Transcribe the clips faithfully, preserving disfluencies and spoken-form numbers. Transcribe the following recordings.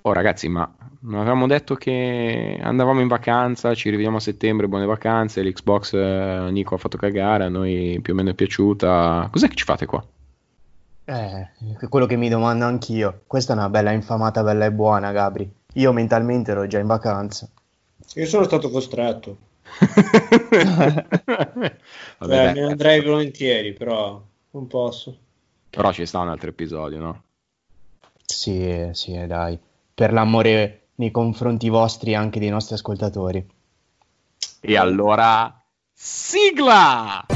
Oh ragazzi, ma non avevamo detto che andavamo in vacanza, ci rivediamo a settembre, buone vacanze, l'Xbox eh, Nico ha fatto cagare, a noi più o meno è piaciuta. Cos'è che ci fate qua? Eh, è quello che mi domando anch'io. Questa è una bella infamata, bella e buona, Gabri. Io mentalmente ero già in vacanza. Io sono stato costretto, Vabbè cioè dai, ne dai, andrei volentieri, però non posso. però ci sta un altro episodio, no? Sì, sì, dai. Per l'amore nei confronti vostri e anche dei nostri ascoltatori. E allora, sigla!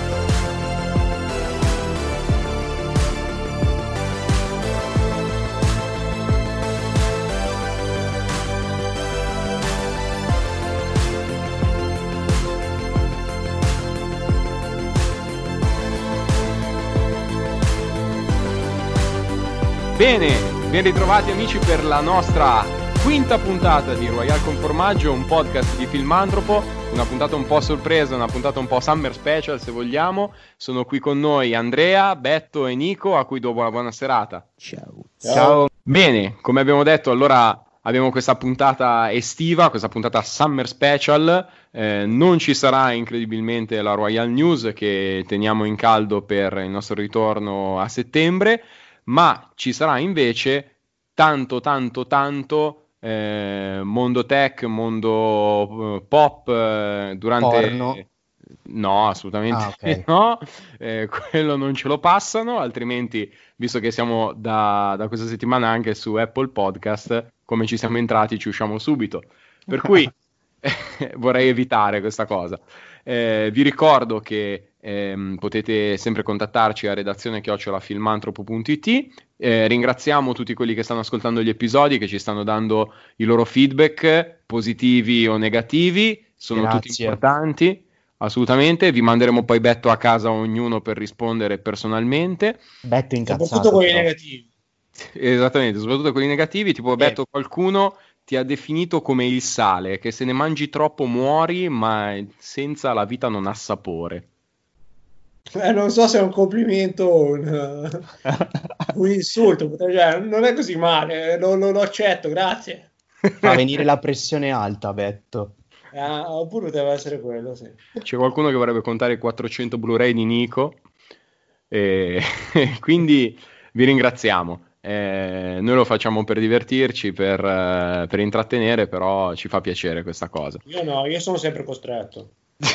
Bene, ben ritrovati amici per la nostra quinta puntata di Royal con Formaggio, un podcast di Filmantropo, una puntata un po' sorpresa, una puntata un po' summer special se vogliamo. Sono qui con noi Andrea, Betto e Nico, a cui do una buona serata. Ciao. Ciao. Bene, come abbiamo detto, allora abbiamo questa puntata estiva, questa puntata summer special. Eh, non ci sarà incredibilmente la Royal News che teniamo in caldo per il nostro ritorno a settembre, ma ci sarà invece tanto, tanto, tanto eh, mondo tech, mondo eh, pop eh, Porno. durante... No, assolutamente Ah, ok. no, eh, quello non ce lo passano, altrimenti, visto che siamo da, da questa settimana anche su Apple Podcast, come ci siamo entrati ci usciamo subito. Per cui vorrei evitare questa cosa. Eh, vi ricordo che ehm, potete sempre contattarci a redazione chiocciola filmantropo punto it. Eh, ringraziamo tutti quelli che stanno ascoltando gli episodi, che ci stanno dando i loro feedback, positivi o negativi, sono tutti Grazie. importanti. Assolutamente, vi manderemo poi Betto a casa ognuno per rispondere personalmente. Betto Soprattutto incazzato, quelli però. negativi. Esattamente, soprattutto quelli negativi, tipo Eh, Betto, qualcuno ti ha definito come il sale, che se ne mangi troppo muori, ma senza la vita non ha sapore. eh, non so se è un complimento o un, un insulto, cioè, non è così male, lo, lo- lo accetto, grazie. Fa venire la pressione alta, Betto. Ah, oppure deve essere quello, sì. C'è qualcuno che vorrebbe contare i quattrocento Blu-ray di Nico, e quindi vi ringraziamo. Eh, noi lo facciamo per divertirci, per, eh, per intrattenere, però ci fa piacere questa cosa. Io no, io sono sempre costretto.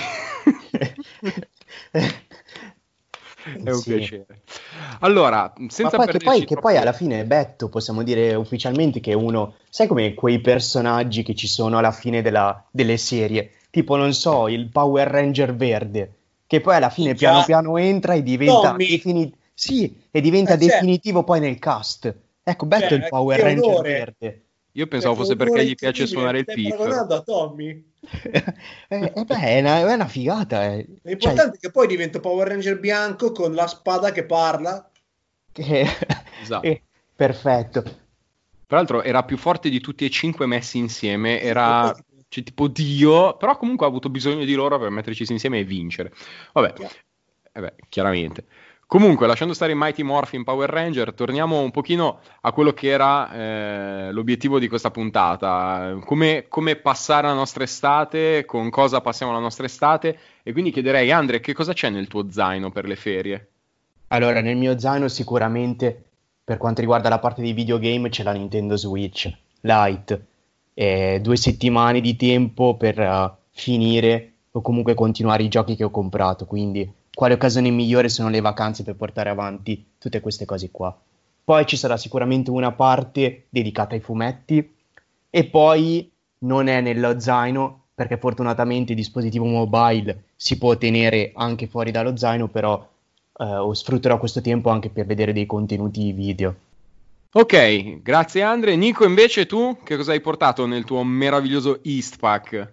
È un Sì. piacere. Allora, Ma senza poi che poi, perderci che poi troppo... alla fine Betto possiamo dire ufficialmente che è uno, sai come quei personaggi che ci sono alla fine della- delle serie, tipo non so, il Power Ranger verde, che poi alla fine piano Già, piano entra e diventa, Tommy, defini- sì, e diventa eh, cioè, definitivo poi nel cast. Ecco, Betto è il cioè, Power che Ranger onore, verde. Io cioè, pensavo che fosse perché onore gli piace incredibile, suonare mi il stai piffero. paragonando a Tommy? E beh, è una, è una figata, eh. Cioè, L'importante è che poi divento Power Ranger bianco con la spada che parla. che... Esatto. è perfetto. Tra l'altro era più forte di tutti e cinque messi insieme, Sì, e poi era tipo, cioè, tipo Dio, però comunque ha avuto bisogno di loro per metterci insieme e vincere. Vabbè, chiaro. eh beh, chiaramente. Comunque, lasciando stare i Mighty Morphin Power Ranger, torniamo un pochino a quello che era eh, l'obiettivo di questa puntata. Come, come passare la nostra estate, con cosa passiamo la nostra estate. E quindi chiederei, Andre, che cosa c'è nel tuo zaino per le ferie? Allora, nel mio zaino sicuramente per quanto riguarda la parte dei videogame c'è la Nintendo Switch Lite. E due settimane di tempo per eh, finire o comunque continuare i giochi che ho comprato, quindi quale occasione migliore sono le vacanze per portare avanti tutte queste cose qua. Poi ci sarà sicuramente una parte dedicata ai fumetti e poi non è nello zaino perché fortunatamente il dispositivo mobile si può tenere anche fuori dallo zaino, però eh, sfrutterò questo tempo anche per vedere dei contenuti video. Ok, grazie Andre. Nico, invece tu che cosa hai portato nel tuo meraviglioso Eastpak?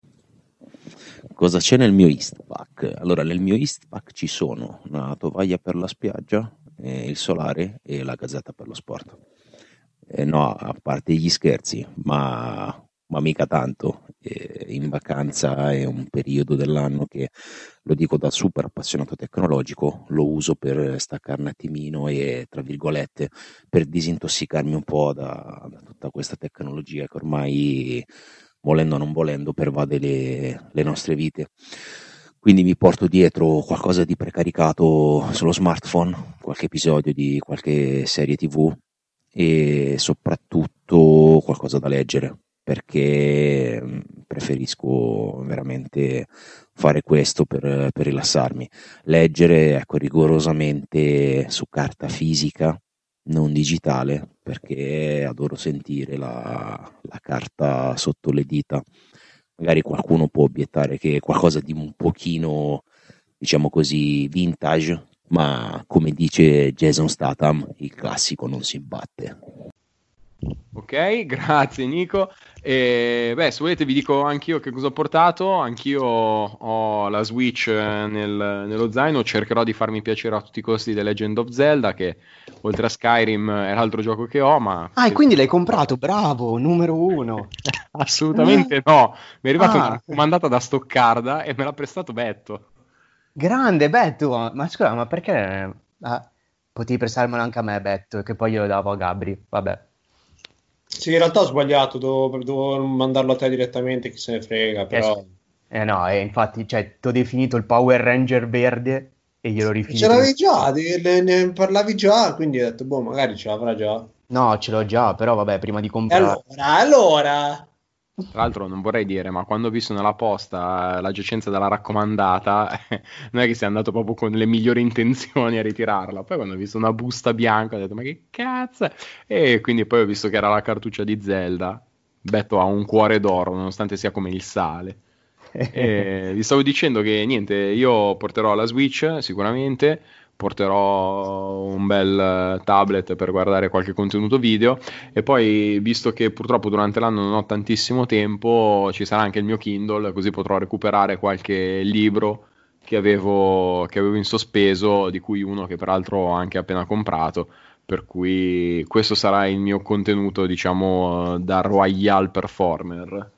Cosa c'è nel mio Eastpak? Allora, nel mio Eastpak ci sono una tovaglia per la spiaggia, eh, il solare e la gazzetta per lo sport. Eh, no, a parte gli scherzi, ma, ma mica tanto. Eh, in vacanza è un periodo dell'anno che, lo dico da super appassionato tecnologico, lo uso per staccare un attimino e, tra virgolette, per disintossicarmi un po' da, da introdotta questa tecnologia che ormai, volendo o non volendo, pervade le, le nostre vite. Quindi mi porto dietro qualcosa di precaricato sullo smartphone, qualche episodio di qualche serie tivù e soprattutto qualcosa da leggere, perché preferisco veramente fare questo per, per rilassarmi. Leggere, ecco, rigorosamente su carta fisica, non digitale, perché adoro sentire la, la carta sotto le dita. Magari qualcuno può obiettare che è qualcosa di un pochino, diciamo così, vintage, ma come dice Jason Statham, il classico non si batte. Ok, grazie Nico. E, beh, se volete vi dico anch'io che cosa ho portato. Anch'io ho la Switch nel, nello zaino. Cercherò di farmi piacere a tutti i costi The Legend of Zelda, che oltre a Skyrim è l'altro gioco che ho. Ma Ah, e quindi l'hai comprato, bravo, numero uno. assolutamente no. Mi è arrivata Ah. una raccomandata da Stoccarda e me l'ha prestato Betto. Grande Betto, ma scusa, ma perché ah, potevi prestarmelo anche a me, Betto, che poi glielo davo a Gabri, vabbè. Sì, in realtà ho sbagliato, dovevo, dovevo mandarlo a te direttamente, chi se ne frega, però... Eh no, e infatti, cioè, ti ho definito il Power Ranger verde e glielo rifinito. Ce l'avevi già, ne, ne parlavi già, quindi ho detto, boh, magari ce l'avrà già. No, ce l'ho già, però vabbè, prima di E comprare... allora, allora... Tra l'altro non vorrei dire, ma quando ho visto nella posta la giacenza della raccomandata, non è che sei andato proprio con le migliori intenzioni a ritirarla. Poi quando ho visto una busta bianca ho detto, ma che cazzo è? E quindi poi ho visto che era la cartuccia di Zelda. Betto ha un cuore d'oro, nonostante sia come il sale. E vi stavo dicendo che niente, io porterò la Switch sicuramente, porterò un bel tablet per guardare qualche contenuto video e poi, visto che purtroppo durante l'anno non ho tantissimo tempo, ci sarà anche il mio Kindle, così potrò recuperare qualche libro che avevo, che avevo in sospeso, di cui uno che peraltro ho anche appena comprato, per cui questo sarà il mio contenuto, diciamo, da Royal Performer.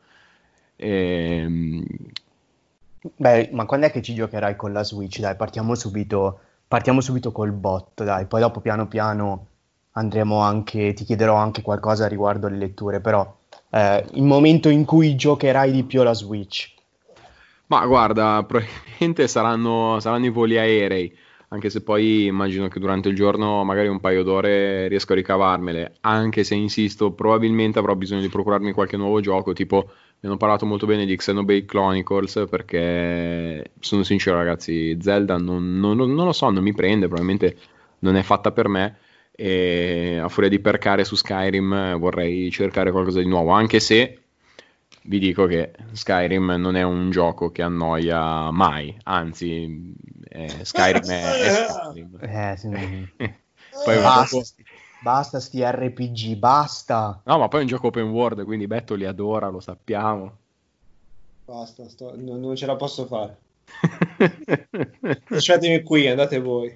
Ehm, Beh, ma quando è che ci giocherai con la Switch? Dai, partiamo subito, partiamo subito col bot, dai, poi dopo piano piano andremo anche, ti chiederò anche qualcosa riguardo le letture, però eh, il momento in cui giocherai di più alla Switch. Ma guarda, probabilmente saranno, saranno i voli aerei, anche se poi immagino che durante il giorno magari un paio d'ore riesco a ricavarmele, anche se insisto, probabilmente avrò bisogno di procurarmi qualche nuovo gioco, tipo mi hanno parlato molto bene di Xenoblade Chronicles, perché sono sincero ragazzi, Zelda non, non- non lo so, non mi prende, probabilmente non è fatta per me, e a furia di percare su Skyrim eh, vorrei cercare qualcosa di nuovo, anche se vi dico che Skyrim non è un gioco che annoia mai, anzi, eh, Skyrim è, è Skyrim. Eh, sì, Poi è un basta, gioco... sti, basta sti R P G, basta. No, ma poi è un gioco open world, quindi Betto li adora, lo sappiamo. Basta, sto- non, non ce la posso fare. Lasciatemi qui, andate voi.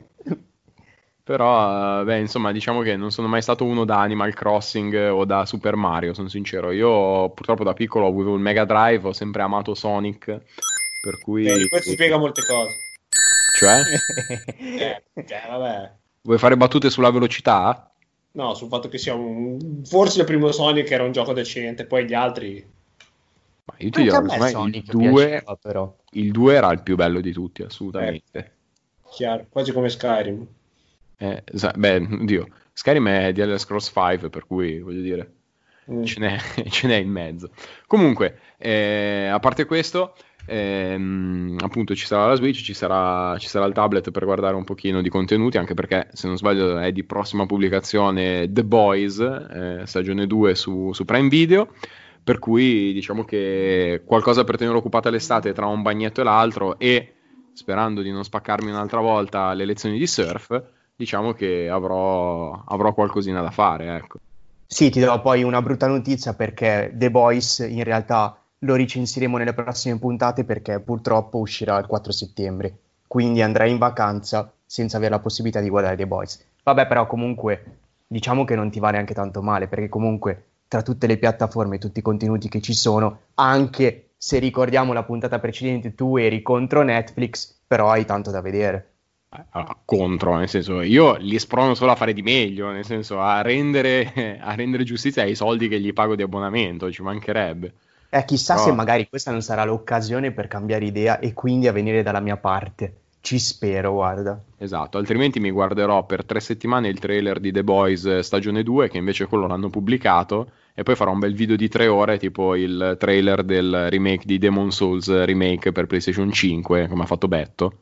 Però, eh, beh, insomma, diciamo che non sono mai stato uno da Animal Crossing o da Super Mario, sono sincero. Io purtroppo da piccolo ho avuto il Mega Drive, ho sempre amato Sonic, per cui... Beh, questo spiega molte cose. Cioè? Eh, cioè, vabbè. Vuoi fare battute sulla velocità? No, sul fatto che sia un... Forse il primo Sonic era un gioco decente, poi gli altri... Ma io ti Anche dirò, a me secondo me il Sonic due, piaceva, però. il due era il più bello di tutti, assolutamente. Chiaro, quasi come Skyrim. Eh, sa- beh, oddio, Skyrim è di Elder Scrolls cinque, per cui voglio dire, Mm. ce n'è, ce n'è in mezzo. Comunque, eh, a parte questo, ehm, appunto ci sarà la Switch, ci sarà, ci sarà il tablet per guardare un pochino di contenuti, anche perché, se non sbaglio, è di prossima pubblicazione The Boys, eh, stagione due su, su Prime Video, per cui diciamo che qualcosa per tenere occupata l'estate tra un bagnetto e l'altro e, sperando di non spaccarmi un'altra volta le lezioni di surf, diciamo che avrò, avrò qualcosina da fare, ecco. Sì, ti do poi una brutta notizia perché The Boys in realtà lo recensiremo nelle prossime puntate perché purtroppo uscirà il quattro settembre, quindi andrai in vacanza senza avere la possibilità di guardare The Boys. Vabbè, però comunque diciamo che non ti va neanche tanto male perché comunque tra tutte le piattaforme e tutti i contenuti che ci sono, anche se ricordiamo la puntata precedente tu eri contro Netflix, però hai tanto da vedere. uh, contro, nel senso, io li sprono solo a fare di meglio, nel senso a rendere, a rendere giustizia ai soldi che gli pago di abbonamento, ci mancherebbe. Eh, chissà Però... se magari questa non sarà l'occasione per cambiare idea e quindi a venire dalla mia parte. Ci spero, guarda. Esatto, altrimenti mi guarderò per tre settimane il trailer di The Boys stagione due, che invece quello l'hanno pubblicato, e poi farò un bel video di tre ore, tipo il trailer del remake di Demon Souls remake per PlayStation cinque, come ha fatto Betto.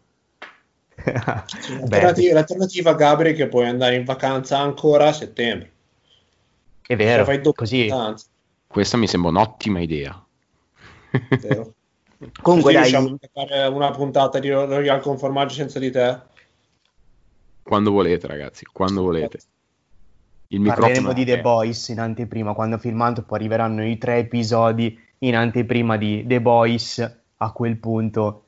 Sì, l'alternativa, l'alternativa a Gabri è che puoi andare in vacanza ancora a settembre. È vero, Cioè, fai così. Vacanza. Questa mi sembra un'ottima idea. Vero. Comunque Così dai, riusciamo a fare una puntata di Royal con formaggio senza di te. Quando volete, ragazzi, quando volete. Il parleremo microfono di The è... Boys in anteprima, quando filmato poi arriveranno i tre episodi in anteprima di The Boys, a quel punto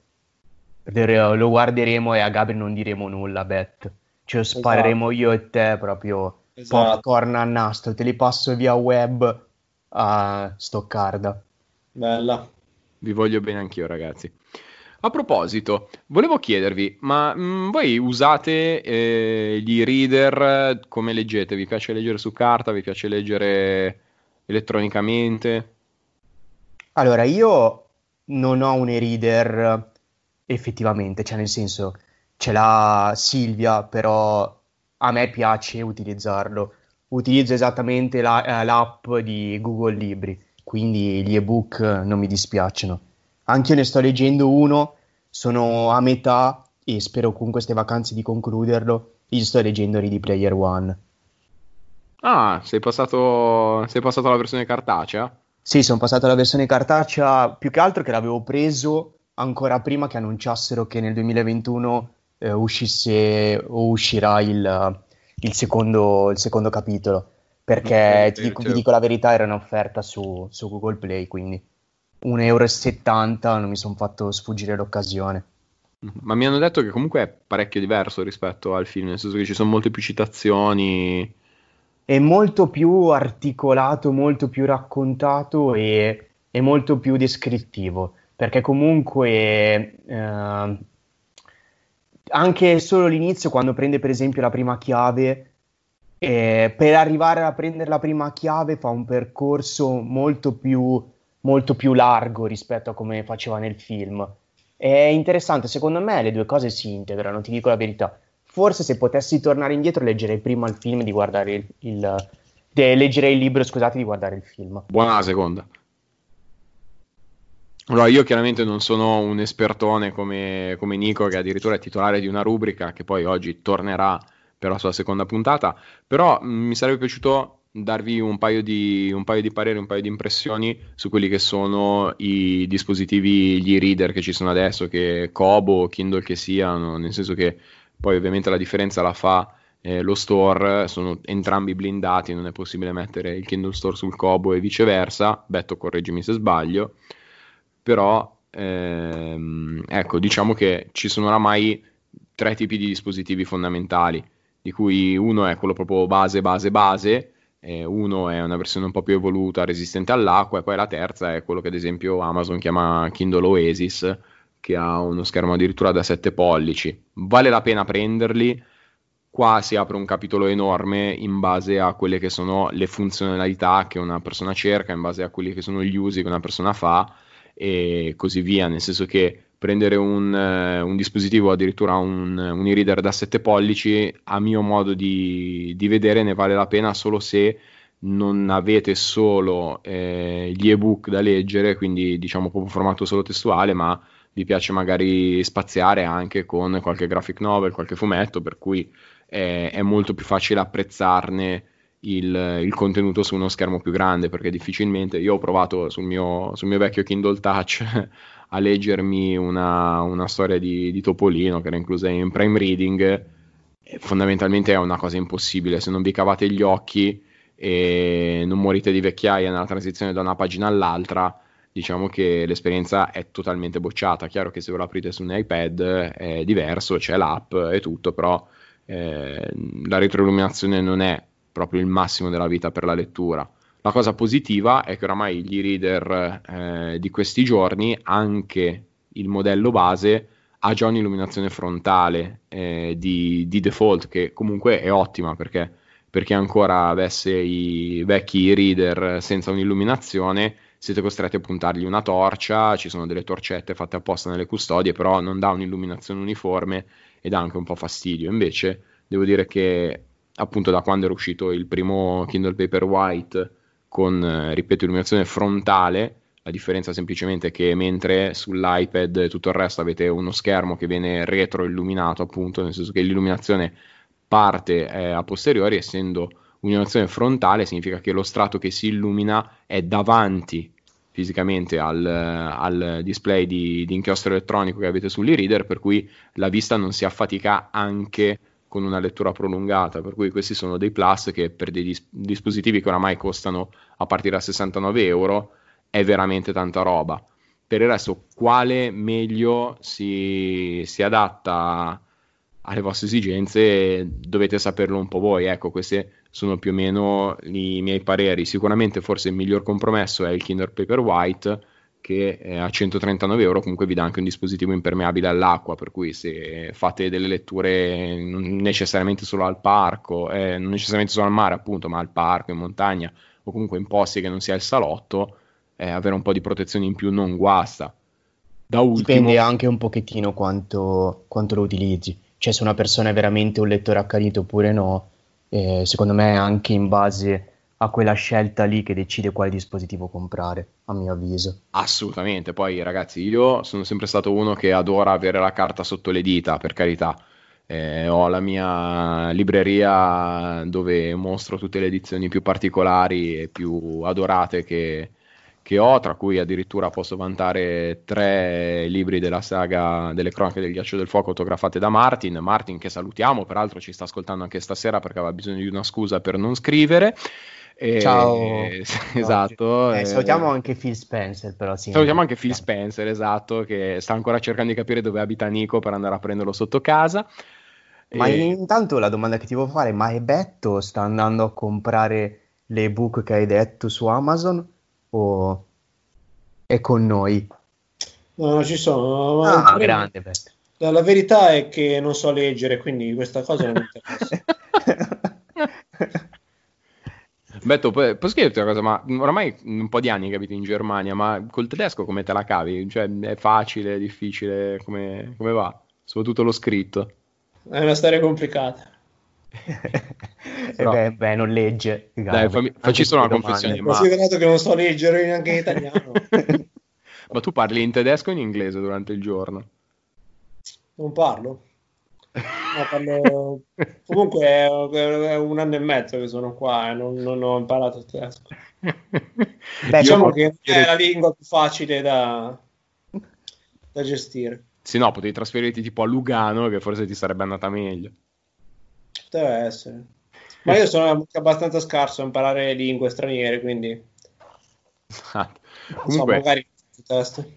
lo guarderemo e a Gabri non diremo nulla, Bet. Ce lo spareremo io e te proprio Esatto. popcorn a nastro, te li passo via web a Stoccarda. Bella. Vi voglio bene anch'io, ragazzi. A proposito, volevo chiedervi, ma mh, voi usate eh, gli reader, come leggete? Vi piace leggere su carta? Vi piace leggere elettronicamente? Allora, io non ho un e-reader effettivamente, cioè nel senso, ce l'ha Silvia, però a me piace utilizzarlo. Utilizzo esattamente la- eh, l'app di Google Libri, quindi gli ebook non mi dispiacciono. Anche io ne sto leggendo uno, sono a metà e spero con queste vacanze di concluderlo. Io sto leggendo Ready Player One. Ah, sei passato, sei passato alla versione cartacea? Sì, sono passato alla versione cartacea, più che altro che l'avevo preso ancora prima che annunciassero che nel duemilaventuno eh, uscisse o uscirà il, il secondo, il secondo capitolo, perché ti dico- vi dico la verità, era un'offerta su, su Google Play, quindi un euro e settanta, non mi sono fatto sfuggire l'occasione. Ma mi hanno detto che comunque è parecchio diverso rispetto al film, nel senso che ci sono molte più citazioni. È molto più articolato, molto più raccontato e, e molto più descrittivo, perché comunque eh, anche solo l'inizio, quando prende per esempio la prima chiave, eh, per arrivare a prendere la prima chiave fa un percorso molto più, molto più largo rispetto a come faceva nel film. È interessante, secondo me le due cose si integrano, ti dico la verità. Forse se potessi tornare indietro leggerei prima il film di guardare il, il de- leggerei il libro, scusate, di guardare il film. Buona la seconda. Allora, io chiaramente non sono un espertone come, come Nico, che addirittura è titolare di una rubrica che poi oggi tornerà per la sua seconda puntata, però mh, mi sarebbe piaciuto darvi un paio di, un paio di pareri, un paio di impressioni su quelli che sono i dispositivi, gli e-reader che ci sono adesso, che Kobo, Kindle che siano, nel senso che poi ovviamente la differenza la fa eh, lo store, sono entrambi blindati, non è possibile mettere il Kindle Store sul Kobo e viceversa. Betto, correggimi se sbaglio, però ehm, ecco, diciamo che ci sono oramai tre tipi di dispositivi fondamentali, di cui uno è quello proprio base, base, base, eh, uno è una versione un po' più evoluta, resistente all'acqua, e poi la terza è quello che ad esempio Amazon chiama Kindle Oasis, che ha uno schermo addirittura da sette pollici. Vale la pena prenderli. Qua si apre un capitolo enorme in base a quelle che sono le funzionalità che una persona cerca, in base a quelli che sono gli usi che una persona fa e così via, nel senso che prendere un, eh, un dispositivo, addirittura un, un e-reader da sette pollici, a mio modo di, di vedere ne vale la pena solo se non avete solo eh, gli ebook da leggere, quindi diciamo proprio formato solo testuale, ma vi piace magari spaziare anche con qualche graphic novel, qualche fumetto, per cui è, è molto più facile apprezzarne il, il contenuto su uno schermo più grande, perché difficilmente io ho provato sul mio, sul mio vecchio Kindle Touch a leggermi una, una storia di, di Topolino che era inclusa in Prime Reading, e fondamentalmente è una cosa impossibile, se non vi cavate gli occhi e non morite di vecchiaia nella transizione da una pagina all'altra, diciamo che l'esperienza è totalmente bocciata. Chiaro che se ve lo aprite su un iPad è diverso, c'è l'app e tutto, però eh, la retroilluminazione non è proprio il massimo della vita per la lettura. La cosa positiva è che oramai gli e-reader eh, di questi giorni, anche il modello base, ha già un'illuminazione frontale eh, di, di default, che comunque è ottima, perché per chi ancora avesse i vecchi reader senza un'illuminazione, siete costretti a puntargli una torcia, ci sono delle torcette fatte apposta nelle custodie, però non dà un'illuminazione uniforme e dà anche un po' fastidio. Invece devo dire che appunto da quando era uscito il primo Kindle Paperwhite con, eh, ripeto, illuminazione frontale, la differenza semplicemente è che mentre sull'iPad e tutto il resto avete uno schermo che viene retroilluminato, appunto, nel senso che l'illuminazione parte eh, a posteriori, essendo un'illuminazione frontale significa che lo strato che si illumina è davanti fisicamente al, al display di, di inchiostro elettronico che avete sull'e-reader, per cui la vista non si affatica anche con una lettura prolungata, per cui questi sono dei plus che per dei dis- dispositivi che oramai costano a partire da sessantanove euro è veramente tanta roba. Per il resto, quale meglio si, si adatta alle vostre esigenze dovete saperlo un po' voi. Ecco, questi sono più o meno i miei pareri. Sicuramente forse il miglior compromesso è il Kindle Paperwhite, che eh, a centotrentanove euro comunque vi dà anche un dispositivo impermeabile all'acqua, per cui se fate delle letture non necessariamente solo al parco, eh, non necessariamente solo al mare appunto, ma al parco, in montagna o comunque in posti che non sia il salotto, eh, avere un po' di protezione in più non guasta. Da ultimo, dipende anche un pochettino quanto, quanto lo utilizzi. Cioè, se una persona è veramente un lettore accanito oppure no, eh, secondo me è anche in base a quella scelta lì che decide quale dispositivo comprare, a mio avviso. assolutamente. Poi ragazzi, io sono sempre stato uno che adora avere la carta sotto le dita, per carità. Eh, ho la mia libreria dove mostro tutte le edizioni più particolari e più adorate che, che ho, tra cui addirittura posso vantare tre libri della saga delle cronache del ghiaccio del fuoco autografate da Martin. Martin, che salutiamo, peraltro ci sta ascoltando anche stasera perché aveva bisogno di una scusa per non scrivere. E... Ciao. esatto. Eh, eh, salutiamo anche Phil Spencer, però sì. Salutiamo anche Phil Spencer, esatto, che sta ancora cercando di capire dove abita Nico per andare a prenderlo sotto casa. Ma E... intanto la domanda che ti volevo fare, ma Ebetto sta andando a comprare le ebook che hai detto su Amazon o è con noi? No, non ci sono. Ma Ah, il- grande Ebetto. la, la verità è che non so leggere, quindi questa cosa non mi interessa. Betto, poi- posso chiederti una cosa, ma oramai un po' di anni che abiti in Germania, ma col tedesco come te la cavi? Cioè, è facile, difficile, come, come va? Soprattutto lo scritto. È una storia complicata. E Però- beh, beh, non legge. Dai, fammi- Anche facci solo una sulle domande. confessione, ma, Considerato che non so leggere neanche in italiano, ma tu parli in tedesco o in inglese durante il giorno? non parlo. No, parlo... Comunque è, è un anno e mezzo che sono qua e non, non ho imparato il tedesco. Beh, Diciamo Io- che non è la lingua più facile da, da gestire. Sì, no, potevi trasferirti tipo a Lugano, che forse ti sarebbe andata meglio. Poteva essere. Ma io sono anche abbastanza scarso a imparare lingue straniere, quindi Esatto. non so, Comunque, magari il testo.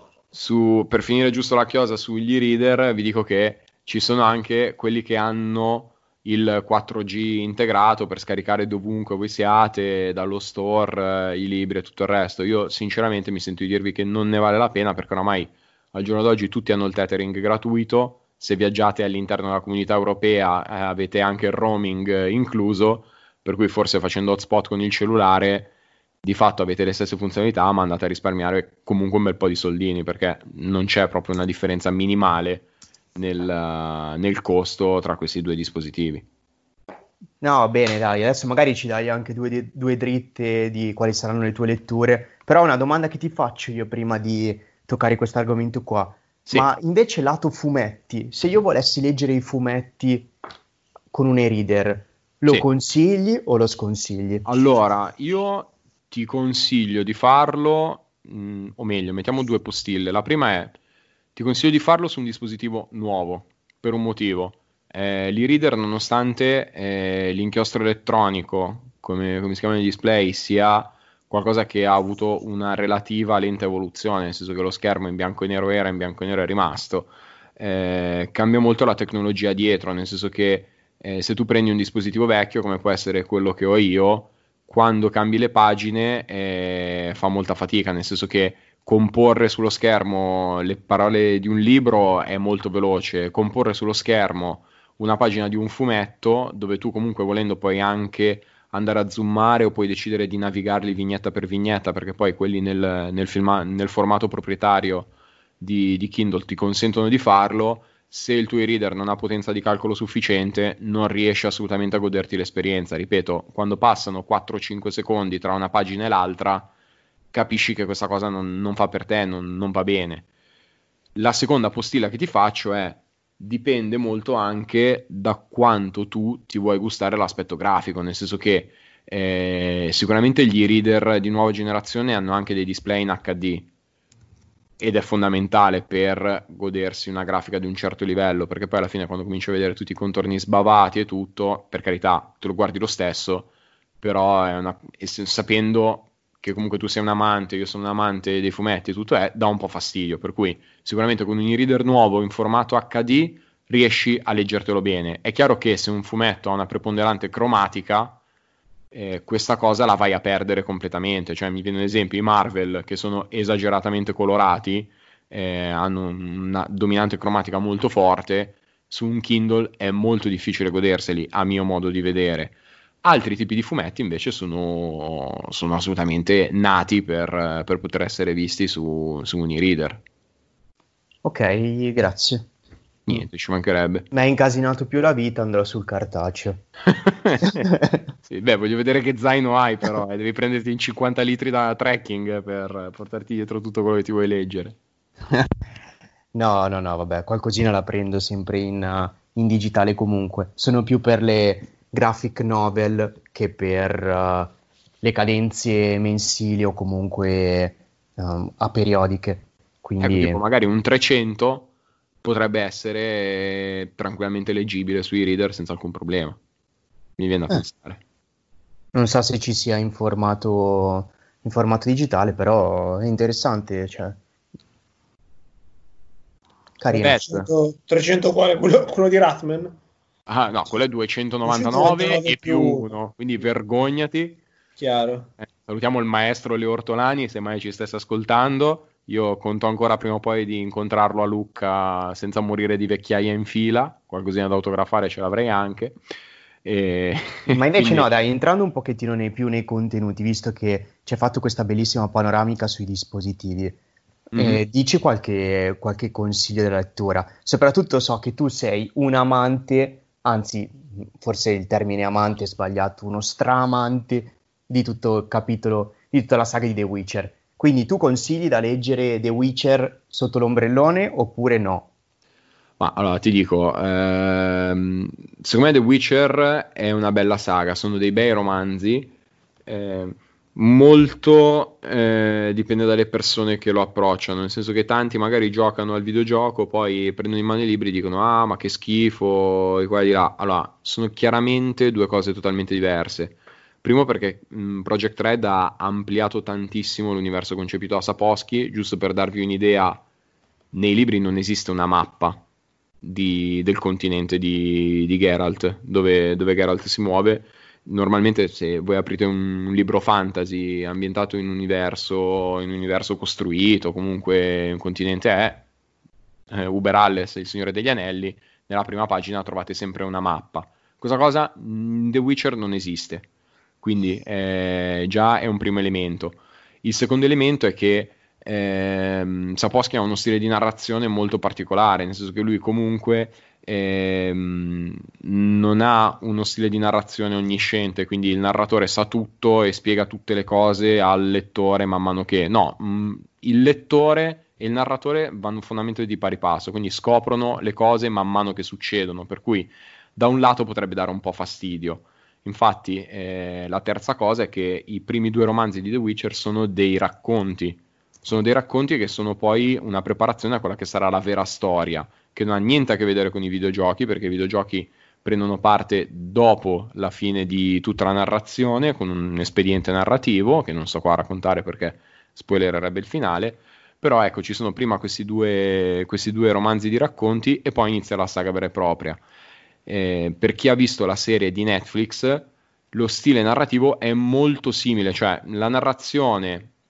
su, per finire giusto la chiosa sugli reader, vi dico che ci sono anche quelli che hanno il quattro G integrato per scaricare dovunque voi siate, dallo store, eh, i libri e tutto il resto. Io sinceramente mi sento di dirvi che non ne vale la pena, perché oramai al giorno d'oggi tutti hanno il tethering gratuito. Se viaggiate all'interno della comunità europea, eh, avete anche il roaming eh, incluso, per cui forse facendo hotspot con il cellulare di fatto avete le stesse funzionalità, ma andate a risparmiare comunque un bel po' di soldini, perché non c'è proprio una differenza minimale nel, uh, nel costo tra questi due dispositivi. No, bene, dai, adesso magari ci dai anche due, di- due dritte di quali saranno le tue letture, però una domanda che ti faccio io prima di toccare questo argomento qua, Sì. ma invece lato fumetti, se io volessi leggere i fumetti con un e-reader, lo Sì. consigli o lo sconsigli? Allora, io ti consiglio di farlo, mh, o meglio, mettiamo due postille. La prima è, ti consiglio di farlo su un dispositivo nuovo, per un motivo. Eh, l'e-reader, nonostante eh, l'inchiostro elettronico, come, come si chiama nei display, sia qualcosa che ha avuto una relativa lenta evoluzione, nel senso che lo schermo in bianco e nero era, in bianco e nero è rimasto, eh, cambia molto la tecnologia dietro, nel senso che eh, se tu prendi un dispositivo vecchio, come può essere quello che ho io, quando cambi le pagine eh, fa molta fatica, nel senso che comporre sullo schermo le parole di un libro è molto veloce, comporre sullo schermo una pagina di un fumetto, dove tu comunque volendo puoi anche andare a zoomare o puoi decidere di navigarli vignetta per vignetta, perché poi quelli nel, nel, filma- nel formato proprietario di, di Kindle ti consentono di farlo. Se il tuo e-reader non ha potenza di calcolo sufficiente, non riesci assolutamente a goderti l'esperienza. Ripeto, quando passano quattro cinque secondi tra una pagina e l'altra, capisci che questa cosa non, non fa per te, non, non va bene. La seconda postilla che ti faccio è: dipende molto anche da quanto tu ti vuoi gustare l'aspetto grafico, nel senso che eh, sicuramente gli e-reader di nuova generazione hanno anche dei display in acca di, ed è fondamentale per godersi una grafica di un certo livello, perché poi alla fine quando cominci a vedere tutti i contorni sbavati e tutto, per carità, te lo guardi lo stesso, però è una, sapendo che comunque tu sei un amante, io sono un amante dei fumetti e tutto, è, dà un po' fastidio, per cui sicuramente con un e-reader nuovo in formato acca di riesci a leggertelo bene. È chiaro che se un fumetto ha una preponderante cromatica, eh, questa cosa la vai a perdere completamente, cioè mi viene un esempio, i Marvel che sono esageratamente colorati, eh, hanno una dominante cromatica molto forte, su un Kindle è molto difficile goderseli, a mio modo di vedere. Altri tipi di fumetti invece sono, sono assolutamente nati per, per poter essere visti su, su un e-reader. Ok, grazie. Niente, ci mancherebbe. Mi ha incasinato più la vita, andrò sul cartaceo. Sì, beh, voglio vedere che zaino hai però, eh, devi prenderti in cinquanta litri da trekking per portarti dietro tutto quello che ti vuoi leggere. No, no, no, vabbè, qualcosina la prendo sempre in, uh, in digitale comunque. Sono più per le graphic novel che per uh, le cadenze mensili o comunque um, aperiodiche. Quindi Ecco, tipo magari un trecento potrebbe essere tranquillamente leggibile sui reader senza alcun problema. Mi viene da eh, pensare. non so se ci sia in formato, in formato digitale, però è interessante, cioè, carino. trecento, trecento quale? Quello, quello di Ratman? Ah, no, quello è duecentonovantanove duecentonovantanove e più uno, quindi vergognati. Chiaro. Eh, salutiamo il maestro Leo Ortolani, se mai ci stesse ascoltando. Io conto ancora prima o poi di incontrarlo a Lucca senza morire di vecchiaia in fila. Qualcosina da autografare ce l'avrei anche. E Ma invece quindi... no, dai, entrando un pochettino nei, più nei contenuti, visto che ci hai fatto questa bellissima panoramica sui dispositivi, mm-hmm. eh, dici qualche, qualche consiglio della lettura? Soprattutto so che tu sei un amante, anzi, forse il termine amante è sbagliato, uno stramante di tutto il capitolo, di tutta la saga di The Witcher. Quindi tu consigli da leggere The Witcher sotto l'ombrellone oppure no? Ma allora ti dico, ehm, secondo me The Witcher è una bella saga, sono dei bei romanzi, eh, molto eh, dipende dalle persone che lo approcciano, nel senso che tanti magari giocano al videogioco, poi prendono in mano i libri e dicono ah ma che schifo, e qua e di là. Allora, sono chiaramente due cose totalmente diverse. Primo perché mh, Project Red ha ampliato tantissimo l'universo concepito da Sapkowski, giusto per darvi un'idea, nei libri non esiste una mappa di, del continente di, di Geralt, dove, dove Geralt si muove. Normalmente se voi aprite un, un libro fantasy ambientato in un universo, in un universo costruito, comunque un continente è eh, Uber Alles, il Signore degli Anelli, nella prima pagina trovate sempre una mappa. Questa cosa in The Witcher non esiste, quindi eh, già è un primo elemento. Il secondo elemento è che ehm, Sapkowski ha uno stile di narrazione molto particolare, nel senso che lui comunque ehm, non ha uno stile di narrazione onnisciente, quindi il narratore sa tutto e spiega tutte le cose al lettore man mano che... No, mh, il lettore e il narratore vanno fondamentalmente di pari passo, quindi scoprono le cose man mano che succedono, per cui da un lato potrebbe dare un po' fastidio. Infatti eh, la terza cosa è che i primi due romanzi di The Witcher sono dei racconti, sono dei racconti che sono poi una preparazione a quella che sarà la vera storia, che non ha niente a che vedere con i videogiochi, perché i videogiochi prendono parte dopo la fine di tutta la narrazione, con un espediente narrativo, che non so qua raccontare perché spoilererebbe il finale, però ecco, ci sono prima questi due, questi due romanzi di racconti e poi inizia la saga vera e propria. Eh, per chi ha visto la serie di Netflix, lo stile narrativo è molto simile, cioè la narrazione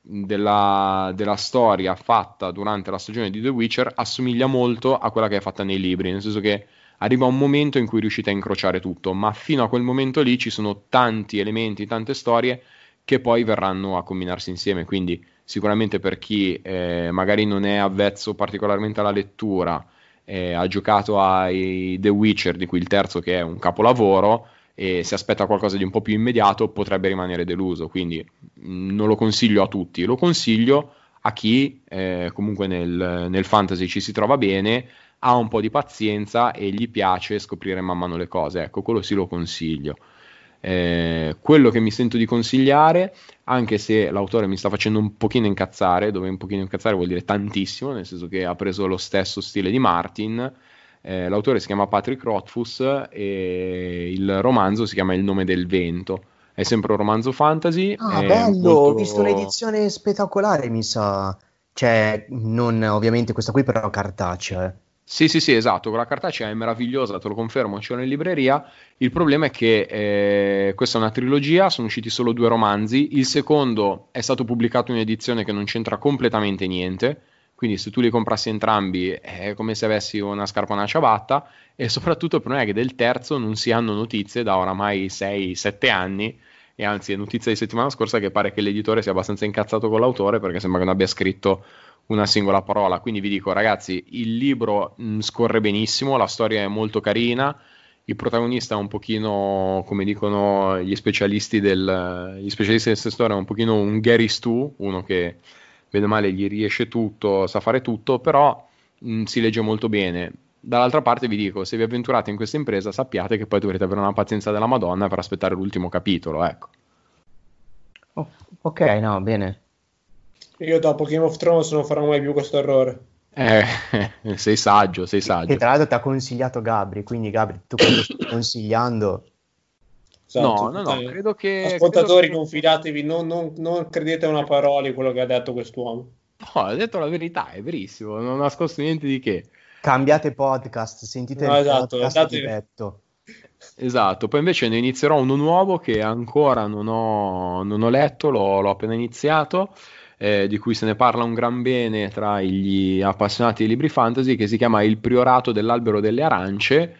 della, della storia fatta durante la stagione di The Witcher assomiglia molto a quella che è fatta nei libri, nel senso che arriva un momento in cui riuscite a incrociare tutto, ma fino a quel momento lì ci sono tanti elementi, tante storie che poi verranno a combinarsi insieme, quindi sicuramente per chi eh, magari non è avvezzo particolarmente alla lettura, eh, ha giocato ai The Witcher, di cui il terzo che è un capolavoro, e si aspetta qualcosa di un po' più immediato, potrebbe rimanere deluso, quindi mh, non lo consiglio a tutti, lo consiglio a chi eh, comunque nel, nel fantasy ci si trova bene, ha un po' di pazienza e gli piace scoprire man mano le cose, ecco, quello sì lo consiglio. Eh, quello che mi sento di consigliare, anche se l'autore mi sta facendo un pochino incazzare, dove un pochino incazzare vuol dire tantissimo, nel senso che ha preso lo stesso stile di Martin, eh, l'autore si chiama Patrick Rothfuss e il romanzo si chiama Il nome del vento, è sempre un romanzo fantasy. Ah, è bello, molto... ho visto un'edizione spettacolare, mi sa. Cioè, non ovviamente questa qui, però cartacea. eh. Sì, sì, sì, esatto, quella cartacea è meravigliosa, te lo confermo, c'è in libreria. Il problema è che eh, questa è una trilogia, sono usciti solo due romanzi, il secondo è stato pubblicato in edizione che non c'entra completamente niente, quindi se tu li comprassi entrambi è come se avessi una scarpa e una ciabatta, e soprattutto il problema è che del terzo non si hanno notizie da oramai sei sette anni, e anzi è notizia di settimana scorsa che pare che l'editore sia abbastanza incazzato con l'autore perché sembra che non abbia scritto una singola parola. Quindi vi dico, ragazzi, il libro mh, scorre benissimo, la storia è molto carina, il protagonista è un pochino, come dicono gli specialisti del gli specialisti del settore, è un pochino un Gary Stu, uno che bene o male gli riesce tutto, sa fare tutto, però mh, si legge molto bene. Dall'altra parte vi dico, se vi avventurate in questa impresa sappiate che poi dovrete avere una pazienza della Madonna per aspettare l'ultimo capitolo, ecco. Oh, ok, no, bene. Io dopo Game of Thrones non farò mai più questo errore. Eh, sei saggio, sei Che saggio. tra l'altro ti ha consigliato Gabri, quindi Gabri, tu quello stai consigliando... No, Esatto. no, no, Eh, credo che... Ascoltatori, credo che- non fidatevi, non, non- non credete a una parola di quello che ha detto quest'uomo. No, ha detto la verità, è verissimo, non ho nascosto niente di che. Cambiate podcast, sentite No, il esatto, podcast andate- di Betto. Esatto, poi invece ne inizierò uno nuovo che ancora non ho, non ho letto, l'ho, l'ho appena iniziato, eh, di cui se ne parla un gran bene tra gli appassionati di libri fantasy, che si chiama Il Priorato dell'Albero delle Arance,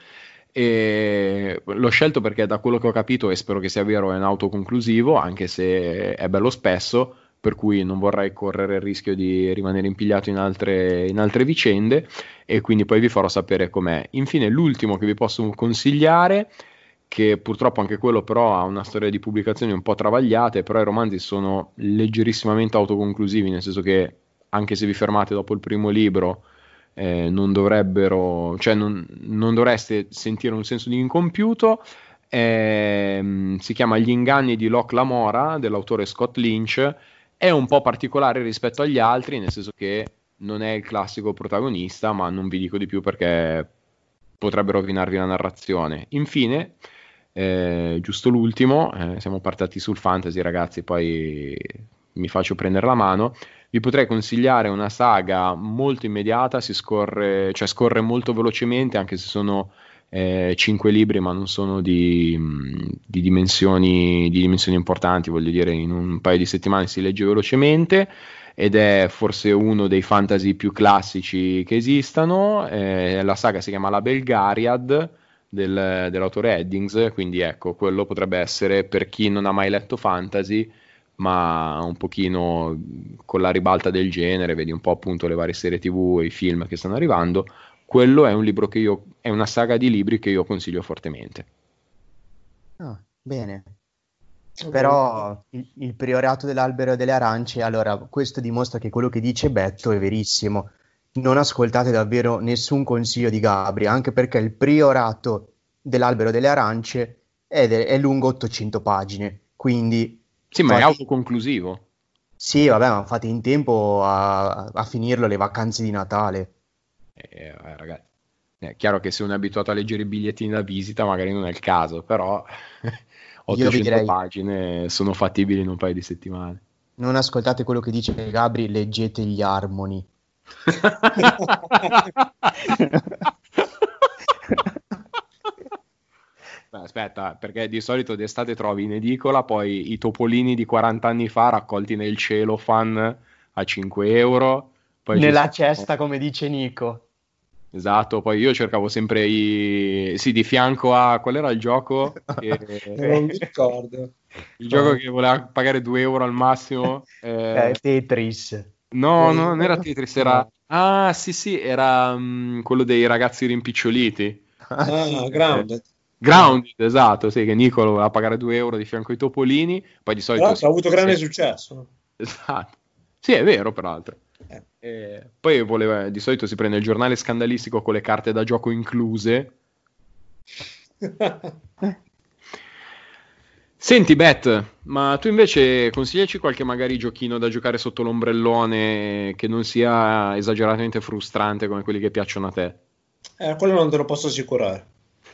e l'ho scelto perché da quello che ho capito, e spero che sia vero, è un autoconclusivo, anche se è bello spesso, per cui non vorrei correre il rischio di rimanere impigliato in altre, in altre vicende, e quindi poi vi farò sapere com'è. Infine, l'ultimo che vi posso consigliare, che purtroppo anche quello però ha una storia di pubblicazioni un po' travagliate, però i romanzi sono leggerissimamente autoconclusivi, nel senso che anche se vi fermate dopo il primo libro, eh, non dovrebbero, cioè non, non dovreste sentire un senso di incompiuto. Ehm, si chiama Gli inganni di Locke Lamora, dell'autore Scott Lynch. È un po' particolare rispetto agli altri, nel senso che non è il classico protagonista, ma non vi dico di più perché potrebbe rovinarvi la narrazione. Infine, eh, giusto l'ultimo, eh, siamo partiti sul fantasy, ragazzi, poi mi faccio prendere la mano. Vi potrei consigliare una saga molto immediata, si scorre, cioè scorre molto velocemente, anche se sono eh, cinque libri, ma non sono di, di, dimensioni, di dimensioni importanti, voglio dire, in un paio di settimane si legge velocemente, ed è forse uno dei fantasy più classici che esistano. Eh, la saga si chiama La Belgariad, del, dell'autore Eddings, quindi ecco, quello potrebbe essere per chi non ha mai letto fantasy, ma un pochino con la ribalta del genere, vedi un po' appunto le varie serie tv e i film che stanno arrivando. Quello è un libro che io, è una saga di libri che io consiglio fortemente. Ah, bene. Ok. Però il, il priorato dell'albero delle arance, allora, questo dimostra che quello che dice Betto è verissimo. Non ascoltate davvero nessun consiglio di Gabri, anche perché il priorato dell'albero delle arance è, de- è lungo ottocento pagine, quindi Sì, ma è fate- autoconclusivo. sì, vabbè, ma fate in tempo a, a finirlo le vacanze di Natale. Eh, eh, ragazzi, è chiaro che se uno è abituato a leggere i bigliettini da visita magari non è il caso, però Io vi ottocento direi, pagine sono fattibili in un paio di settimane. non ascoltate quello che dice Gabri, leggete gli Harmony. Beh, aspetta, perché di solito d'estate trovi in edicola poi i topolini di quaranta anni fa raccolti nel cellophane a cinque euro. Poi ci Nella sono- cesta, come dice Nico. Esatto, poi io cercavo sempre i... Sì, di fianco a... Qual era il gioco? Che- Non mi ricordo. Il gioco che voleva pagare due euro al massimo? Eh, Eh, Tetris. No, no, non era Tetris, era... No. Ah, sì, sì, era mm, quello dei ragazzi rimpiccioliti. Ah, sì. Ah, Grounded. Grounded, esatto, sì, che Nicolo voleva pagare due euro di fianco ai topolini, poi di Tra solito... l'altro ha avuto sì, grande sì, successo. esatto. Sì, è vero, peraltro. Eh. Eh, poi voleva, di solito si prende il giornale scandalistico con le carte da gioco incluse. Senti, Bet, ma tu invece consigliaci qualche magari giochino da giocare sotto l'ombrellone che non sia esageratamente frustrante come quelli che piacciono a te? Eh, quello non te lo posso assicurare.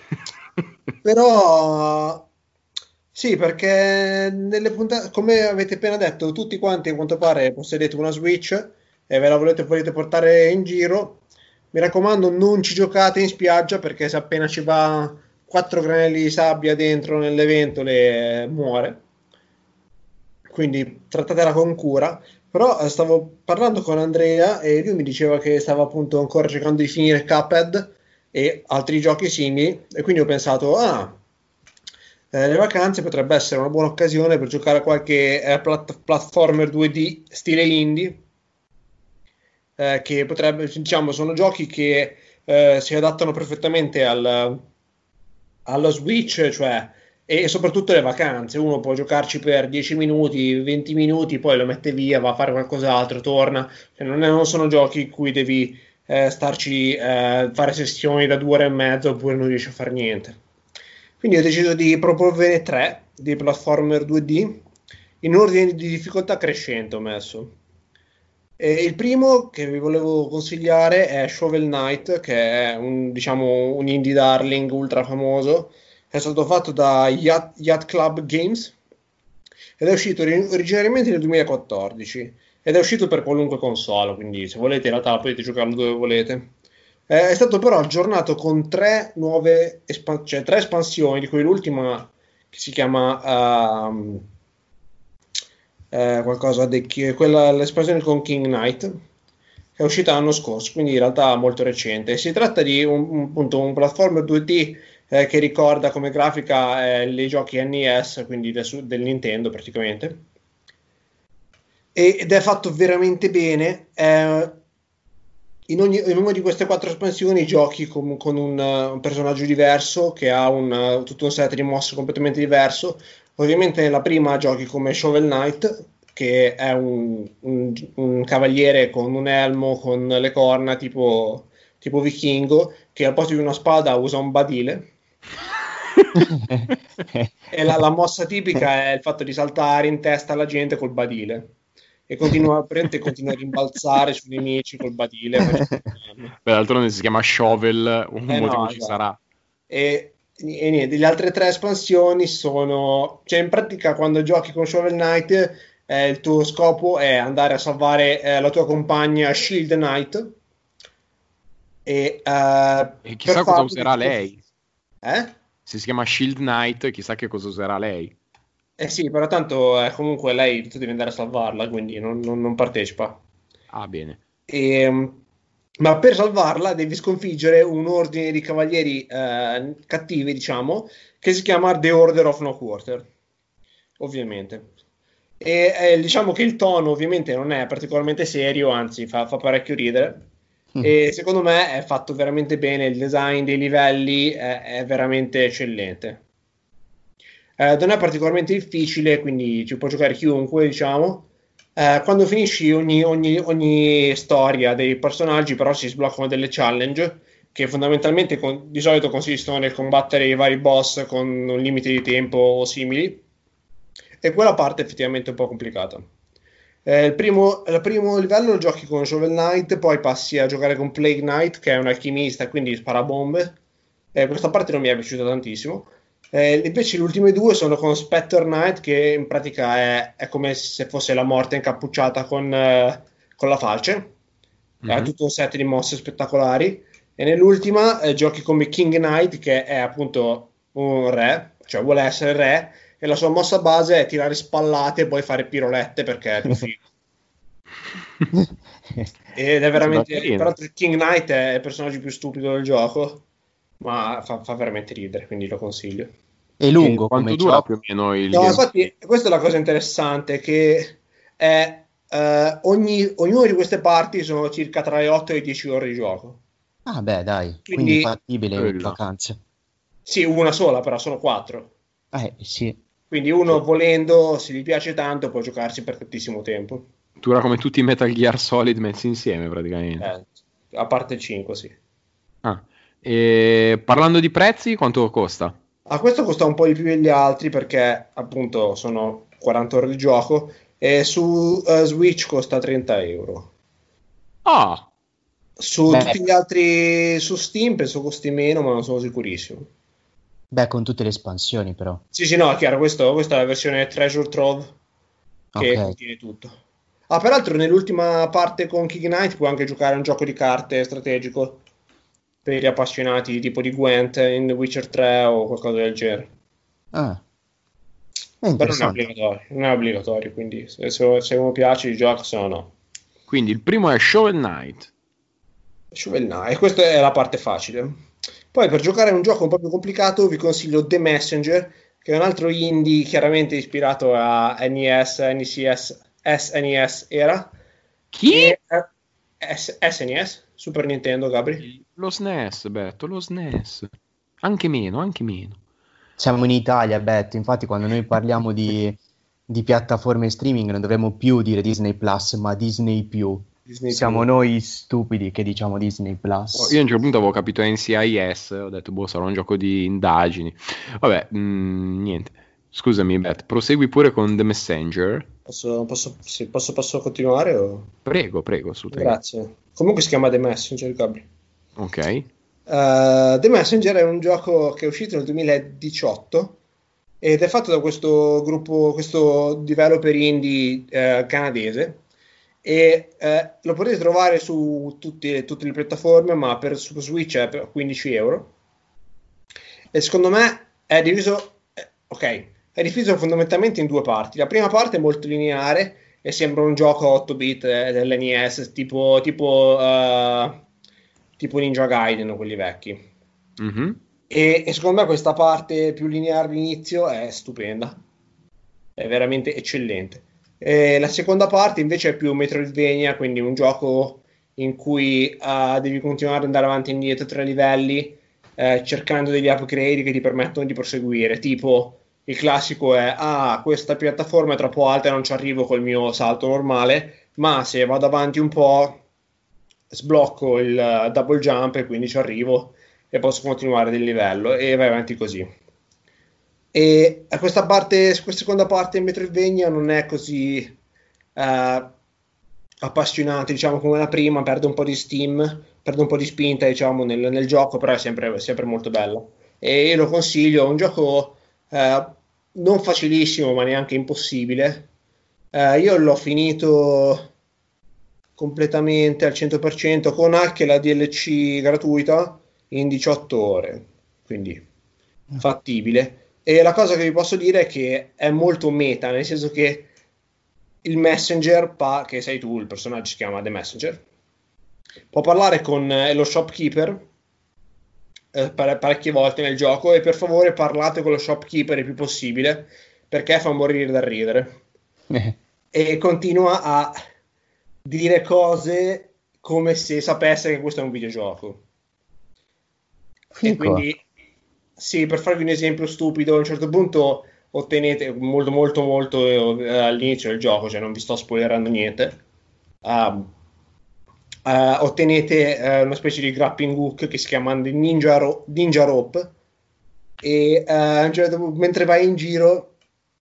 Però sì, perché nelle puntate, come avete appena detto, tutti quanti a quanto pare possedete una Switch e ve la volete, volete portare in giro. Mi raccomando, non ci giocate in spiaggia perché se appena ci va quattro granelli di sabbia dentro nelle ventole eh, muore. Quindi trattatela con cura. Però eh, stavo parlando con Andrea e lui mi diceva che stava appunto ancora cercando di finire Cuphead e altri giochi simili e quindi ho pensato, ah, eh, le vacanze potrebbe essere una buona occasione per giocare a qualche eh, plat- platformer due D stile indie, eh, che potrebbe, diciamo, sono giochi che eh, si adattano perfettamente al, allo Switch, cioè, e soprattutto le vacanze. Uno può giocarci per dieci minuti, venti minuti, poi lo mette via, va a fare qualcos'altro, torna. Cioè, non, è- non sono giochi in cui devi eh, starci, eh, fare sessioni da due ore e mezza oppure non riesci a fare niente. Quindi ho deciso di proporvene tre di platformer due D in ordine di difficoltà crescente ho messo. E il primo che vi volevo consigliare è Shovel Knight, che è un, diciamo, un indie darling ultra famoso. È stato fatto da Yacht, Yacht Club Games ed è uscito ori- originariamente nel duemilaquattordici ed è uscito per qualunque console, quindi se volete in realtà potete giocarlo dove volete. Eh, è stato però aggiornato con tre nuove espan- cioè tre espansioni, di cui l'ultima che si chiama ehm, eh, qualcosa di chi- quella l'espansione con King Knight che è uscita l'anno scorso, quindi in realtà molto recente. Si tratta di un, un, appunto, un platformer due D eh, che ricorda come grafica eh, i giochi N E S, quindi del, su- del Nintendo praticamente. E- ed è fatto veramente bene. eh, in, ogni, in una di queste quattro espansioni giochi con, con un, uh, un personaggio diverso che ha un, uh, tutto un set di mosse completamente diverso. Ovviamente nella prima giochi come Shovel Knight, che è un, un- un cavaliere con un elmo, con le corna tipo, tipo vichingo, che al posto di una spada usa un badile. E la, la mossa tipica è il fatto di saltare in testa alla gente col badile. E continua, prende, continua a rimbalzare sui nemici col badile. facendo danni. Beh, d'altronde si chiama Shovel, un Eh motivo no, ci esatto. sarà. E, e niente, le altre tre espansioni sono, cioè in pratica quando giochi con Shovel Knight eh, il tuo scopo è andare a salvare eh, la tua compagna Shield Knight e eh, E chissà per cosa farlo userà devi- lei. Eh? Se si chiama Shield Knight, chissà che cosa userà lei. Eh sì, però tanto eh, comunque lei tu devi andare a salvarla, quindi non, non- non partecipa. Ah, bene. E, ma per salvarla devi sconfiggere un ordine di cavalieri eh, cattivi, diciamo, che si chiama The Order of No Quarter, ovviamente. E eh, diciamo che il tono ovviamente non è particolarmente serio, anzi fa, fa parecchio ridere. E secondo me è fatto veramente bene, il design dei livelli è, è veramente eccellente. Eh, non è particolarmente difficile, quindi ci può giocare chiunque, diciamo. Eh, quando finisci ogni, ogni- ogni storia dei personaggi, però si sbloccano delle challenge che fondamentalmente con- di solito consistono nel combattere i vari boss con un limite di tempo o simili. E quella parte è effettivamente un po' complicata. Eh, il primo, il primo livello lo giochi con Shovel Knight, poi passi a giocare con Plague Knight, che è un alchimista, quindi spara bombe. Eh, questa parte non mi è piaciuta tantissimo. Eh, invece le ultime due sono con Spectre Knight, che in pratica è, è come se fosse la morte incappucciata con, eh, con la falce. Ha Mhm. tutto un set di mosse spettacolari. E nell'ultima eh, giochi come King Knight, che è appunto un re, cioè vuole essere re, e la sua mossa base è tirare spallate e poi fare pirolette perché è più figo. Ed è veramente, peraltro King Knight è il personaggio più stupido del gioco, ma fa, fa veramente ridere, quindi lo consiglio. È lungo, quanto come dura gioco? più o meno il No, game? infatti questa è la cosa interessante, che è, eh, ogni, ognuna di queste parti sono circa tra le otto e le dieci ore di gioco. Ah beh, dai, Quindi, quindi fattibile in quello. vacanze. sì, una sola, però sono quattro. Eh, sì. Quindi uno volendo, se gli piace tanto, può giocarci per tantissimo tempo. Dura come tutti i Metal Gear Solid messi insieme praticamente. Eh, a parte il cinque, sì. Ah. E parlando di prezzi, quanto costa? A questo costa un po' di più degli altri perché appunto sono quaranta ore di gioco e su eh, Switch costa trenta euro. Ah, Su Beh. tutti gli altri, su Steam penso costi meno, ma non sono sicurissimo. Beh, con tutte le espansioni però. Sì, sì, no, è chiaro, questo, questa è la versione Treasure Trove che Ok. contiene tutto. Ah, peraltro nell'ultima parte con King Knight puoi anche giocare a un gioco di carte strategico per gli appassionati tipo di Gwent in The Witcher tre o qualcosa del genere. Ah. È Però non è interessante. obbligatorio, non è obbligatorio, quindi se, se, se uno piace il gioco, se no no. quindi il primo è Shovel Knight. Shovel Knight, e questa è la parte facile. Poi per giocare a un gioco un po' più complicato vi consiglio The Messenger, che è un altro indie chiaramente ispirato a N E S, N C S, S N E S era. Chi? E, eh, S- SNES, Super Nintendo, Gabri. Lo S N E S, Betto, lo S N E S. Anche meno, anche meno. Siamo in Italia, Betto, infatti quando noi parliamo di, di piattaforme streaming non dovremmo più dire Disney Plus, ma Disney più. Disney Siamo più. noi stupidi che diciamo Disney Plus. Oh, io a un certo punto avevo capito N C I S, ho detto, boh, sarà un gioco di indagini. Vabbè, mh, niente. Scusami, Bet, prosegui pure con The Messenger. Posso, posso, sì, posso, posso continuare? O... Prego, prego, assolutamente. Grazie. Comunque si chiama The Messenger, Gabri. Ok. Uh, The Messenger è un gioco che è uscito nel duemiladiciotto ed è fatto da questo gruppo, questo developer indie uh, canadese e uh, lo potete trovare su tutte, tutte le piattaforme, ma per su Switch è per quindici euro. E secondo me è diviso, eh, ok, è diviso fondamentalmente in due parti. La prima parte è molto lineare e sembra un gioco otto bit eh, dell'N E S, tipo, tipo, uh, tipo Ninja Gaiden, quelli vecchi. Mm-hmm. E, e secondo me questa parte più lineare all'inizio è stupenda, è veramente eccellente. E la seconda parte invece è più Metroidvania, quindi un gioco in cui uh, devi continuare ad andare avanti e indietro tra livelli, eh, cercando degli upgrade che ti permettono di proseguire. Tipo, il classico è, ah, questa piattaforma è troppo alta e non ci arrivo col mio salto normale, ma se vado avanti un po' sblocco il uh, double jump e quindi ci arrivo e posso continuare del livello e vai avanti così. E a questa parte, questa seconda parte in Metroidvania non è così uh, appassionante, diciamo, come la prima, perde un po' di steam, perde un po' di spinta, diciamo, nel, nel gioco, però è sempre, sempre molto bello. E io lo consiglio, è un gioco uh, non facilissimo, ma neanche impossibile. Uh, io l'ho finito completamente al cento per cento con anche la D L C gratuita in diciotto ore, quindi fattibile. E la cosa che vi posso dire è che è molto meta, nel senso che il Messenger, pa- che sei tu, il personaggio si chiama The Messenger, può parlare con eh, lo shopkeeper eh, pare- parecchie volte nel gioco, e per favore parlate con lo shopkeeper il più possibile perché fa morire dal ridere. E continua a dire cose come se sapesse che questo è un videogioco. Fico. E quindi, sì, per farvi un esempio stupido, a un certo punto ottenete, molto molto molto eh, all'inizio del gioco, cioè non vi sto spoilerando niente, uh, uh, ottenete uh, una specie di grappling hook che si chiama Ninja, Ro- Ninja Rope, e uh, a un certo punto, mentre vai in giro,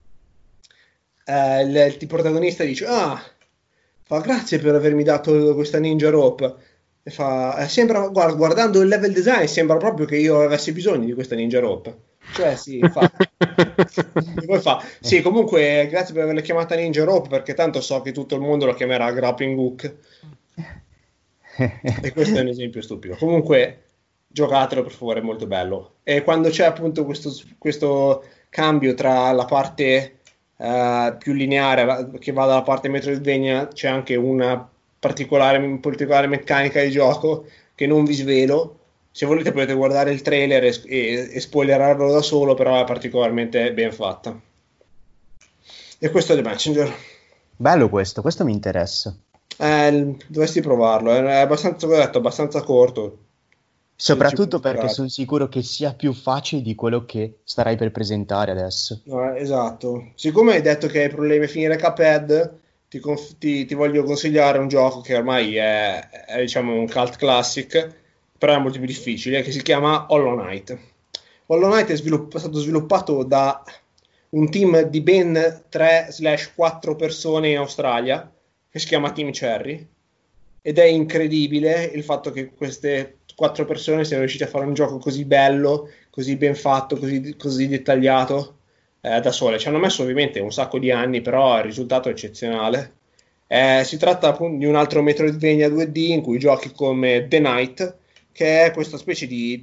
uh, il, il protagonista dice, ah, fa grazie per avermi dato questa Ninja Rope. E fa, eh, sembra, guarda, guardando il level design sembra proprio che io avessi bisogno di questa Ninja Rope. Cioè, sì, fa. E poi fa, sì, comunque, grazie per averla chiamata Ninja Rope, perché tanto so che tutto il mondo lo chiamerà grappling hook. E questo è un esempio stupido. Comunque, giocatelo per favore, è molto bello. E quando c'è appunto questo, questo cambio tra la parte uh, più lineare la, che va dalla parte Metroidvania, c'è anche una particolare, particolare meccanica di gioco che non vi svelo. Se volete potete guardare il trailer e, e, e spoilerarlo da solo, però è particolarmente ben fatta. E questo è The Messenger. Bello questo, questo mi interessa. Eh, dovresti provarlo, è abbastanza, come ho detto, abbastanza corto. Soprattutto perché sono sicuro che sia più facile di quello che starai per presentare adesso. No, esatto. Siccome hai detto che hai problemi a finire Cuphead, ti, conf- ti, ti voglio consigliare un gioco che ormai è, è diciamo un cult classic, però è molto più difficile, che si chiama Hollow Knight. Hollow Knight è, svilupp- è stato sviluppato da un team di ben tre quattro persone in Australia, che si chiama Team Cherry, ed è incredibile il fatto che queste quattro persone siano riuscite a fare un gioco così bello, così ben fatto, così, così dettagliato eh, da sole. Ci hanno messo ovviamente un sacco di anni, però il risultato è eccezionale. Eh, si tratta appunto di un altro Metroidvania due D in cui giochi come The Knight, che è questa specie di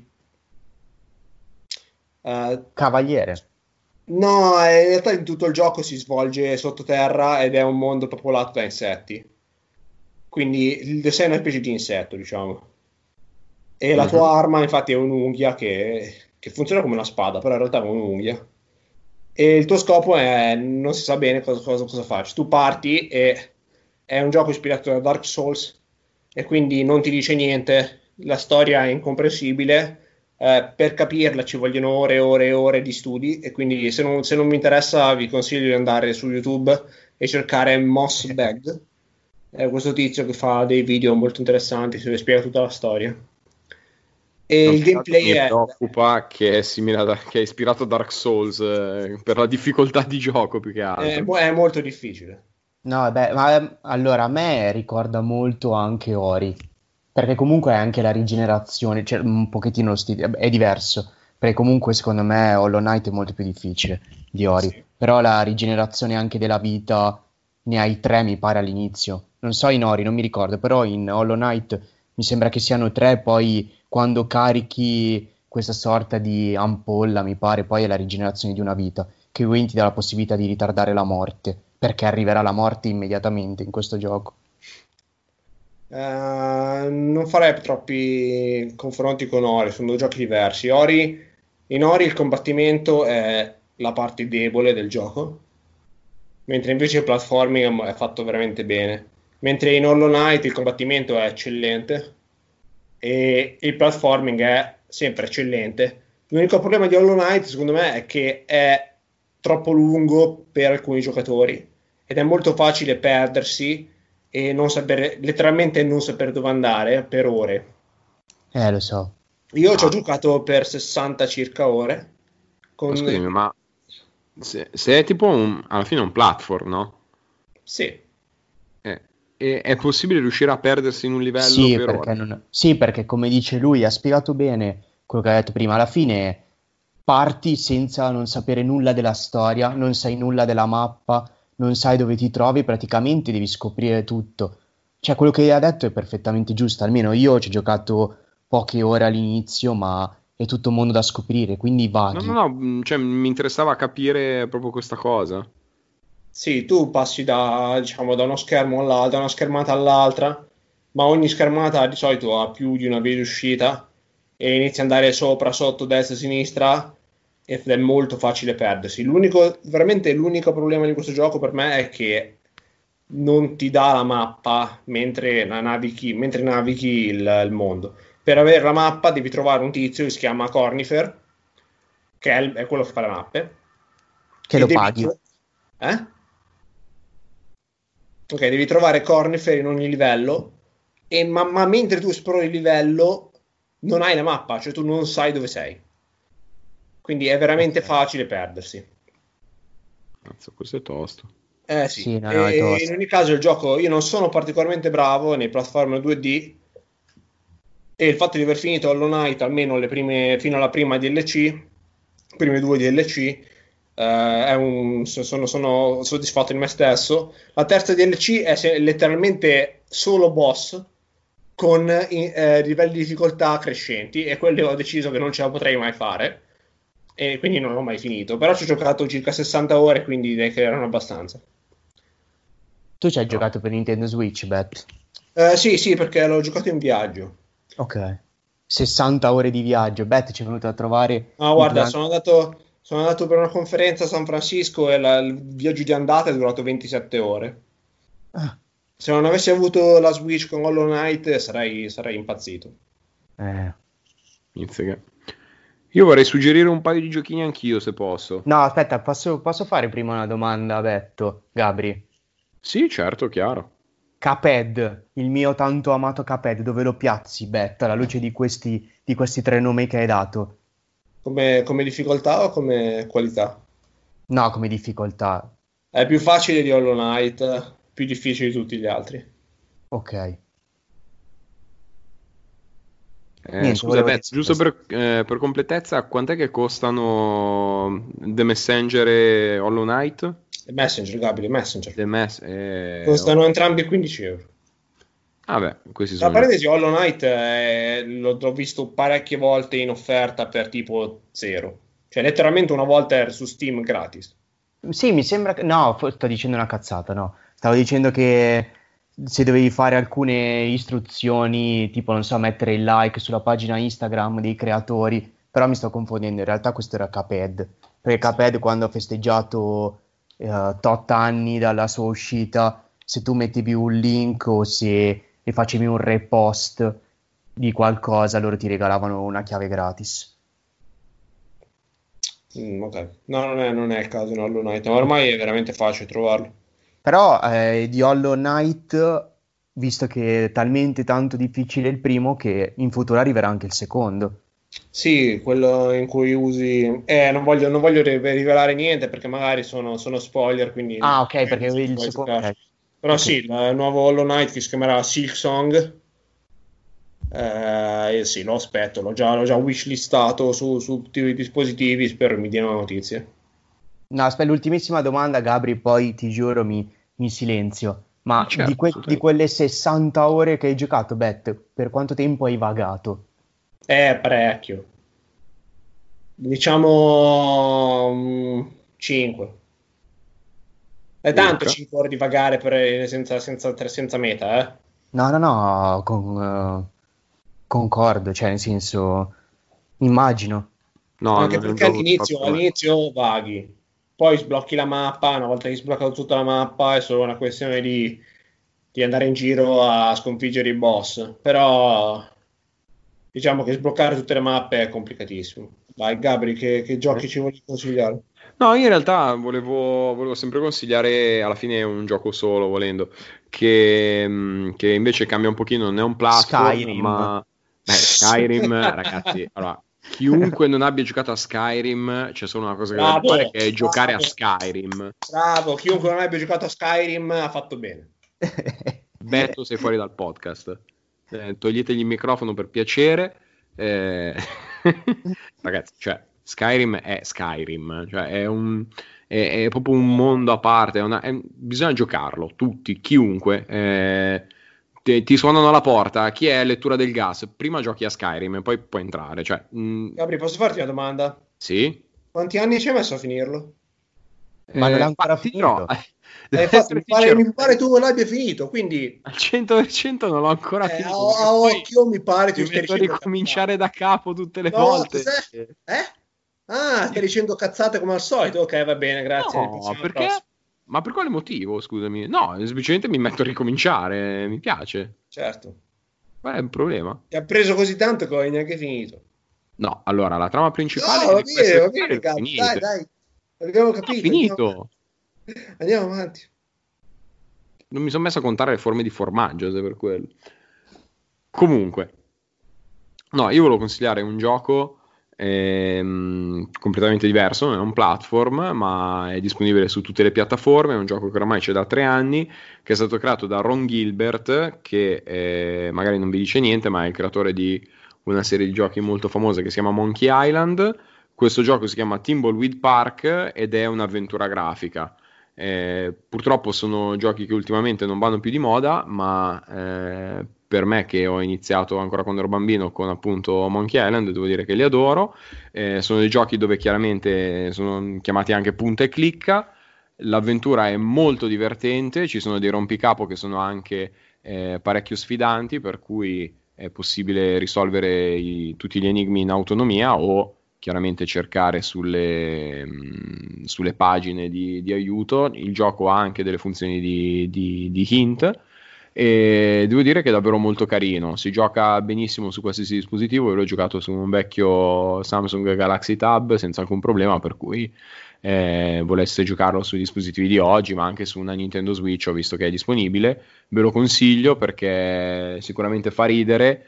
uh, Cavaliere. No, in realtà in tutto il gioco si svolge sottoterra ed è un mondo popolato da insetti. Quindi il design è una specie di insetto, diciamo. E la tua arma, infatti, è un'unghia che, che funziona come una spada, però in realtà è un'unghia. E il tuo scopo è, non si sa bene cosa, cosa, cosa faccio. Tu parti e è un gioco ispirato da Dark Souls e quindi non ti dice niente. La storia è incomprensibile. Eh, per capirla ci vogliono ore e ore e ore di studi e quindi se non, se non mi interessa vi consiglio di andare su YouTube e cercare Moss Bag. È questo tizio che fa dei video molto interessanti, si spiega tutta la storia. E non il gameplay mi è... preoccupa che è simile a, che è ispirato a Dark Souls eh, per la difficoltà di gioco più che altro. È, è molto difficile. No, vabbè, ma allora a me ricorda molto anche Ori, perché comunque è anche la rigenerazione, cioè un pochettino lo stile, è diverso, perché comunque secondo me Hollow Knight è molto più difficile di Ori, Sì. però la rigenerazione anche della vita ne hai tre mi pare all'inizio, non so in Ori, non mi ricordo, però in Hollow Knight mi sembra che siano tre, poi quando carichi questa sorta di ampolla mi pare, poi è la rigenerazione di una vita, che quindi ti dà la possibilità di ritardare la morte, perché arriverà la morte immediatamente in questo gioco. Uh, non farei troppi confronti con Ori, sono due giochi diversi. Ori, in Ori il combattimento è la parte debole del gioco, mentre invece il platforming è fatto veramente bene. Mentre in Hollow Knight il combattimento è eccellente e il platforming è sempre eccellente. L'unico problema di Hollow Knight secondo me è che è troppo lungo per alcuni giocatori ed è molto facile perdersi e non sapere, letteralmente non sapere dove andare per ore. Eh, lo so. Io Ah. ci ho giocato per sessanta circa ore. Con... Ma scusami, ma se, se è tipo un, alla fine un platform, no? Sì. Eh, e è possibile riuscire a perdersi in un livello Sì, per perché ore? non... sì, perché come dice lui, ha spiegato bene quello che ha detto prima. Alla fine parti senza non sapere nulla della storia, non sai nulla della mappa, non sai dove ti trovi, praticamente devi scoprire tutto. Cioè, quello che ha detto è perfettamente giusto. Almeno io ci ho giocato poche ore all'inizio, ma è tutto un mondo da scoprire, quindi No, vaghi. no, no, mh, cioè mi interessava capire proprio questa cosa. Sì, tu passi da, diciamo, da uno schermo all'altro, da una schermata all'altra, ma ogni schermata di solito ha più di una via d'uscita e inizi ad andare sopra, sotto, destra, sinistra ed è molto facile perdersi. L'unico, veramente l'unico problema di questo gioco per me è che non ti dà la mappa mentre navighi, mentre navighi il, il mondo. Per avere la mappa devi trovare un tizio che si chiama Cornifer, che è, il- è quello che fa le mappe. Che E lo devi... paghi. Eh? Ok, devi trovare Cornifer in ogni livello, e ma, ma mentre tu esplori il livello non hai la mappa, cioè tu non sai dove sei. Quindi è veramente Ok. facile perdersi. Cazzo, questo è tosto. Eh sì, Sì, no, no, è e in tosto. ogni caso il gioco, io non sono particolarmente bravo nei platform due D e il fatto di aver finito Hollow Knight almeno le prime, fino alla prima D L C, prime due D L C, eh, è un, sono, sono soddisfatto di me stesso. La terza D L C è se- letteralmente solo boss con eh, livelli di difficoltà crescenti, e quello ho deciso che non ce la potrei mai fare, e quindi non l'ho mai finito. Però ci ho giocato circa sessanta ore, quindi direi che erano abbastanza. Tu ci hai giocato per Nintendo Switch, Bet? Eh, sì, sì, perché l'ho giocato in viaggio. Ok. sessanta ore di viaggio. Bet ci è venuto a trovare... No, guarda, durante- sono andato, sono andato per una conferenza a San Francisco e la- il viaggio di andata è durato ventisette ore. Ah, Se non avessi avuto la Switch con Hollow Knight sarei, sarei impazzito. eh. Inizia che- Io vorrei suggerire un paio di giochini anch'io, se posso. No, aspetta, posso, posso fare prima una domanda a Betto, Gabri? Sì, certo, chiaro. Cuphead, il mio tanto amato Cuphead, dove lo piazzi, Bet, alla luce di questi, di questi tre nomi che hai dato? Come, come difficoltà o come qualità? No, come difficoltà. È più facile di Hollow Knight, più difficile di tutti gli altri. Ok. Eh, Niente, scusa, volevo Beth, dire giusto questo. per, eh, per completezza, quant'è che costano The Messenger e Hollow Knight? E Messenger, Gabriele, Messenger. The Mess- eh, Costano entrambi quindici euro. Ah, beh, questi Tra sono... parentesi, Hollow Knight eh, l'ho, l'ho visto parecchie volte in offerta per tipo zero. Cioè, letteralmente una volta era su Steam gratis. Sì, mi sembra che... No, fo- sto dicendo una cazzata, no. Stavo dicendo che se dovevi fare alcune istruzioni, tipo, non so, mettere il like sulla pagina Instagram dei creatori, però mi sto confondendo, in realtà questo era Cuphead, perché Cuphead quando ha festeggiato eh, tot anni dalla sua uscita, se tu mettevi un link o se e facevi un repost di qualcosa, loro ti regalavano una chiave gratis. Mm, ok. No, non è, non è il caso in Hollow Knight, ma ormai è veramente facile trovarlo. Però eh, di Hollow Knight, visto che è talmente tanto difficile il primo, che in futuro arriverà anche il secondo. Sì, quello in cui usi... Eh, non voglio, non voglio ri- rivelare niente perché magari sono, sono spoiler, quindi Ah, ok, eh, perché se il vuoi secondo... giocarci. ok, Però ok. sì, il nuovo Hollow Knight che si chiamerà Silk Song, eh, e sì, lo aspetto, l'ho già, l'ho già wishlistato su, su tutti i dispositivi, spero mi diano notizie. No, aspetta, l'ultimissima domanda, Gabri, poi ti giuro mi, mi silenzio. Ah, Ma di, certo, que- di assolutamente. quelle sessanta ore che hai giocato, Bet, per quanto tempo hai vagato? È parecchio. Diciamo cinque. È tanto Urca. cinque ore di vagare per- senza, senza, senza meta, eh. No, no, no, con, eh, concordo, cioè nel senso, immagino. No, Anche non è un perché gioco che fa all'inizio, per me. all'inizio vaghi, poi sblocchi la mappa, una volta che hai sbloccato tutta la mappa è solo una questione di, di andare in giro a sconfiggere i boss. Però diciamo che sbloccare tutte le mappe è complicatissimo. Vai Gabri, che, che Eh? giochi ci voglio consigliare? No, io in realtà volevo, volevo sempre consigliare alla fine un gioco solo, volendo, che, mh, che invece cambia un pochino, non è un platform, Skyrim. ma... Beh, Skyrim, ragazzi, allora, chiunque non abbia giocato a Skyrim, c'è solo una cosa che deve Bravo, fare, che è giocare a bravo, Skyrim. bravo. Chiunque non abbia giocato a Skyrim ha fatto bene. Beto, sei fuori dal podcast. Eh, toglietegli il microfono per piacere. Eh, Ragazzi, cioè, Skyrim è Skyrim, cioè è un... È, è proprio un mondo a parte, è una- è- bisogna giocarlo, tutti, chiunque. Eh, ti, ti suonano alla porta, chi è lettura del gas? Prima giochi a Skyrim e poi puoi entrare. Cioè, mh, Gabri, posso farti una domanda? sì. Quanti anni ci hai messo a finirlo? Ma non Eh, l'ha ma ancora ti dirò, finito? Eh, devo infatti, essere mi pare, sincero, mi pare tu l'abbia finito, quindi al cento per cento non l'ho ancora eh, a, finito, perché a poi occhio mi pare tu mi stai metto a dicendo cazzate. ricominciare da capo tutte le No, volte. cos'è? Eh? Ah, stai dicendo cazzate come al solito? Ok, va bene, grazie. No, Passiamo al perché? prossimo. Ma per quale motivo, scusami? No, semplicemente mi metto a ricominciare, mi piace. Certo. Qual è il problema? Ti ha preso così tanto che ho neanche finito. No, allora, la trama principale No, va di bene, queste va serie bene, l'ho cazzo. Dai, finite. dai. Abbiamo Ho capito. Andiamo finito. avanti. Andiamo avanti. Non mi sono messo a contare le forme di formaggio, se per quello. Comunque, no, io volevo consigliare un gioco ehm, completamente diverso, non è un platform, ma è disponibile su tutte le piattaforme, è un gioco che ormai c'è da tre anni, che è stato creato da Ron Gilbert, che eh, magari non vi dice niente, ma è il creatore di una serie di giochi molto famosa che si chiama Monkey Island. Questo gioco si chiama Thimbleweed Park ed è un'avventura grafica. Eh, purtroppo sono giochi che ultimamente non vanno più di moda, ma eh, per me, che ho iniziato ancora quando ero bambino con appunto Monkey Island, devo dire che li adoro. Eh, sono dei giochi dove chiaramente sono chiamati anche punta e clicca, l'avventura è molto divertente, ci sono dei rompicapo che sono anche eh, parecchio sfidanti, per cui è possibile risolvere i, tutti gli enigmi in autonomia o chiaramente cercare sulle, mh, sulle pagine di, di aiuto. Il gioco ha anche delle funzioni di, di, di hint, e devo dire che è davvero molto carino, si gioca benissimo su qualsiasi dispositivo. Io l'ho giocato su un vecchio Samsung Galaxy Tab senza alcun problema, per cui eh, volesse giocarlo sui dispositivi di oggi, ma anche su una Nintendo Switch, ho visto che è disponibile, ve lo consiglio perché sicuramente fa ridere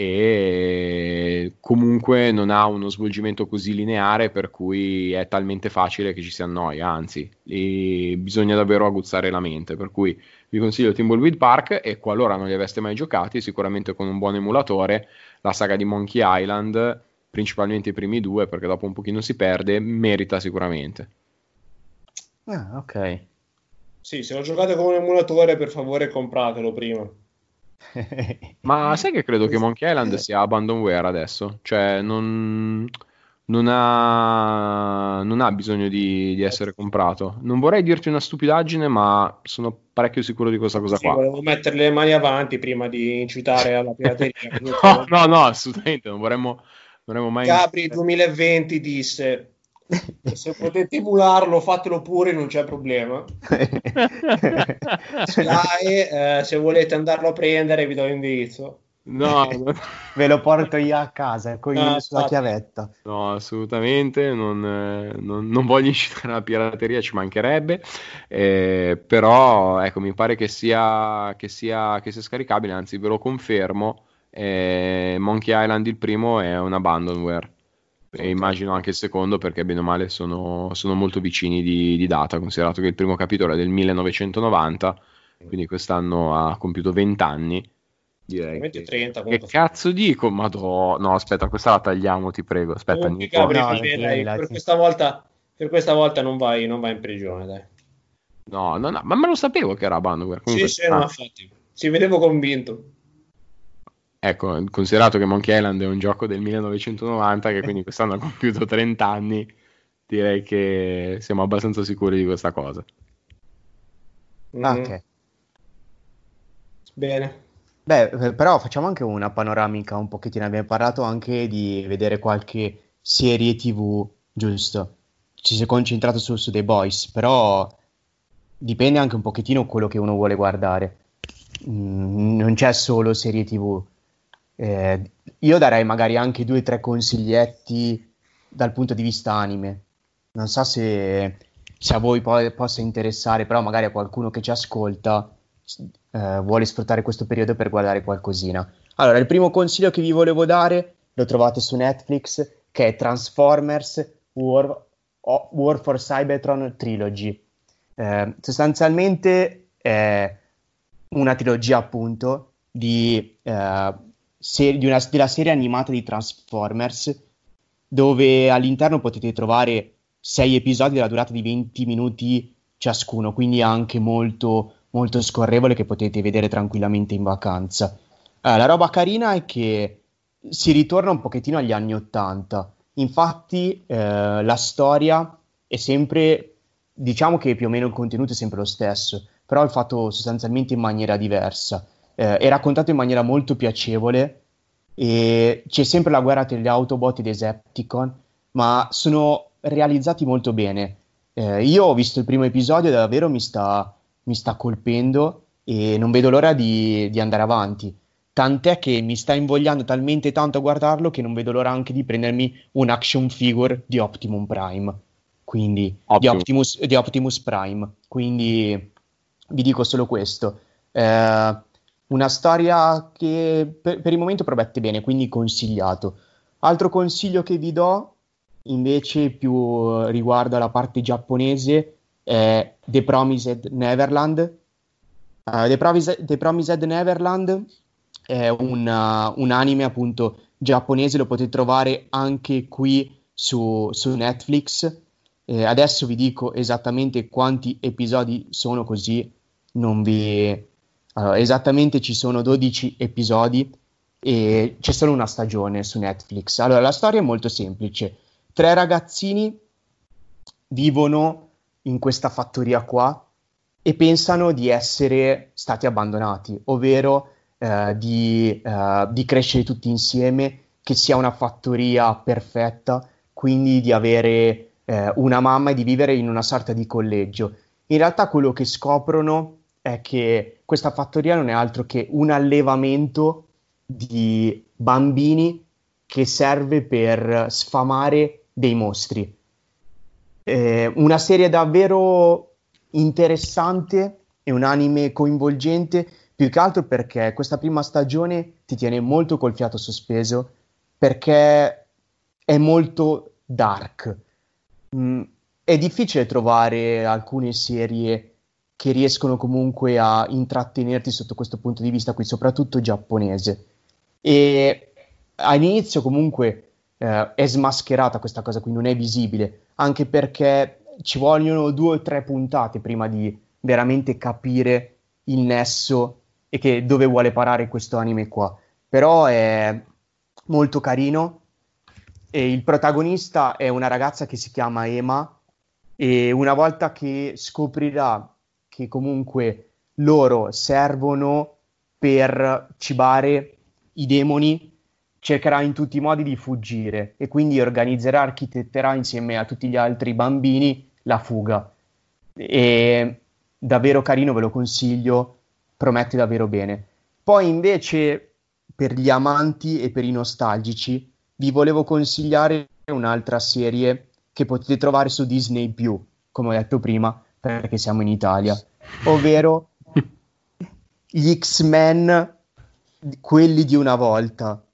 e comunque non ha uno svolgimento così lineare, per cui è talmente facile che ci si annoia, anzi bisogna davvero aguzzare la mente, per cui vi consiglio Thimbleweed Park, e qualora non li aveste mai giocati, sicuramente con un buon emulatore, la saga di Monkey Island, principalmente i primi due, perché dopo un pochino si perde, merita sicuramente. Ah, ok. Sì, se lo giocate con un emulatore, per favore compratelo prima. Ma sai che credo che Monkey Island sia abandonware adesso? Cioè non, non ha, non ha bisogno di, di essere comprato. Non vorrei dirti una stupidaggine, ma sono parecchio sicuro di questa cosa Sì, qua. volevo mettere le mani avanti prima di incitare alla pirateria. No, no, no, assolutamente, non vorremmo, non vorremmo mai... Gabri duemilaventi disse: se potete emularlo, fatelo pure, non c'è problema. Dai, eh, se volete andarlo a prendere, vi do l'indirizzo. No, no, Ve lo porto io a casa con Ah, sulla infatti. chiavetta. no, assolutamente, non, eh, non- non voglio incitare alla pirateria, ci mancherebbe, eh, però ecco, mi pare che sia, che sia, che sia scaricabile, anzi ve lo confermo, eh, Monkey Island il primo è un abandonware, e Ok. immagino anche il secondo, perché bene o male sono, sono molto vicini di, di data, considerato che il primo capitolo è del millenovecentonovanta, quindi quest'anno ha compiuto venti anni. Direi Veramente che... trenta Che comunque. cazzo dico? Madò, no, aspetta, questa la tagliamo, ti prego. Aspetta, Comunque, Nico. Gabri, No, va bene, dai, tienila, per sì. questa volta, per questa volta non vai, non vai in prigione, dai. No, no, no, ma me lo sapevo che era abandonware. Sì, Comunque, sì, ah, no, infatti. Ci vedevo convinto. ecco, considerato che Monkey Island è un gioco del millenovecentonovanta, che quindi quest'anno ha compiuto trenta anni, direi che siamo abbastanza sicuri di questa cosa. Ah, Mhm. ok. Bene. Beh, eh, però facciamo anche una panoramica un pochettino. Abbiamo parlato anche di vedere qualche serie T V, giusto? Ci si è concentrato su, su The Boys, però dipende anche un pochettino quello che uno vuole guardare. Mm, non c'è solo serie T V. Eh, io darei magari anche due o tre consiglietti dal punto di vista anime. Non so se, se a voi poi possa interessare, però magari a qualcuno che ci ascolta eh, vuole sfruttare questo periodo per guardare qualcosina. Allora, il primo consiglio che vi volevo dare lo trovate su Netflix, che è Transformers War, o- War for Cybertron Trilogy. Eh, sostanzialmente è una trilogia appunto di, eh, se- di una, della serie animata di Transformers, dove all'interno potete trovare sei episodi della durata di venti minuti ciascuno, quindi anche molto, molto scorrevole, che potete vedere tranquillamente in vacanza. Eh, la roba carina è che si ritorna un pochettino agli anni ottanta. Infatti, eh, la storia è sempre, diciamo che più o meno il contenuto è sempre lo stesso, però è fatto sostanzialmente in maniera diversa. Eh, è raccontato in maniera molto piacevole e c'è sempre la guerra tra gli Autobot e i Decepticon, ma sono realizzati molto bene. Eh, io ho visto il primo episodio e davvero mi sta, mi sta colpendo e non vedo l'ora di, di andare avanti. Tant'è che mi sta invogliando talmente tanto a guardarlo che non vedo l'ora anche di prendermi un action figure di Optimum Prime. Quindi di Optimum. Optimus, di Optimus Prime. Quindi vi dico solo questo. Eh, una storia che per, per il momento promette bene, quindi consigliato. Altro consiglio che vi do, invece, più riguardo alla parte giapponese, è The Promised Neverland. Uh, The, Promised, The Promised Neverland è una- un anime appunto giapponese, lo potete trovare anche qui su, su Netflix. Eh, adesso vi dico esattamente quanti episodi sono, così non vi, Allora, esattamente ci sono dodici episodi e c'è solo una stagione su Netflix. Allora, la storia è molto semplice. Tre ragazzini vivono in questa fattoria qua e pensano di essere stati abbandonati, ovvero eh, di, eh, di crescere tutti insieme, che sia una fattoria perfetta, quindi di avere eh, una mamma e di vivere in una sorta di collegio. In realtà quello che scoprono è che questa fattoria non è altro che un allevamento di bambini che serve per sfamare dei mostri. Eh, una serie davvero interessante e un anime coinvolgente, più che altro perché questa prima stagione ti tiene molto col fiato sospeso, perché è molto dark. Mm, è difficile trovare alcune serie che riescono comunque a intrattenerti sotto questo punto di vista qui, soprattutto giapponese. E all'inizio comunque eh, è smascherata questa cosa qui, non è visibile, anche perché ci vogliono due o tre puntate prima di veramente capire il nesso e che dove vuole parare questo anime qua. Però è molto carino e il protagonista è una ragazza che si chiama Ema, e una volta che scoprirà che comunque loro servono per cibare i demoni, cercherà in tutti i modi di fuggire e quindi organizzerà, architetterà insieme a tutti gli altri bambini la fuga. E davvero carino, ve lo consiglio, promette davvero bene. Poi invece per gli amanti e per i nostalgici vi volevo consigliare un'altra serie che potete trovare su Disney più, come ho detto prima, perché siamo in Italia, ovvero gli X-Men, quelli di una volta,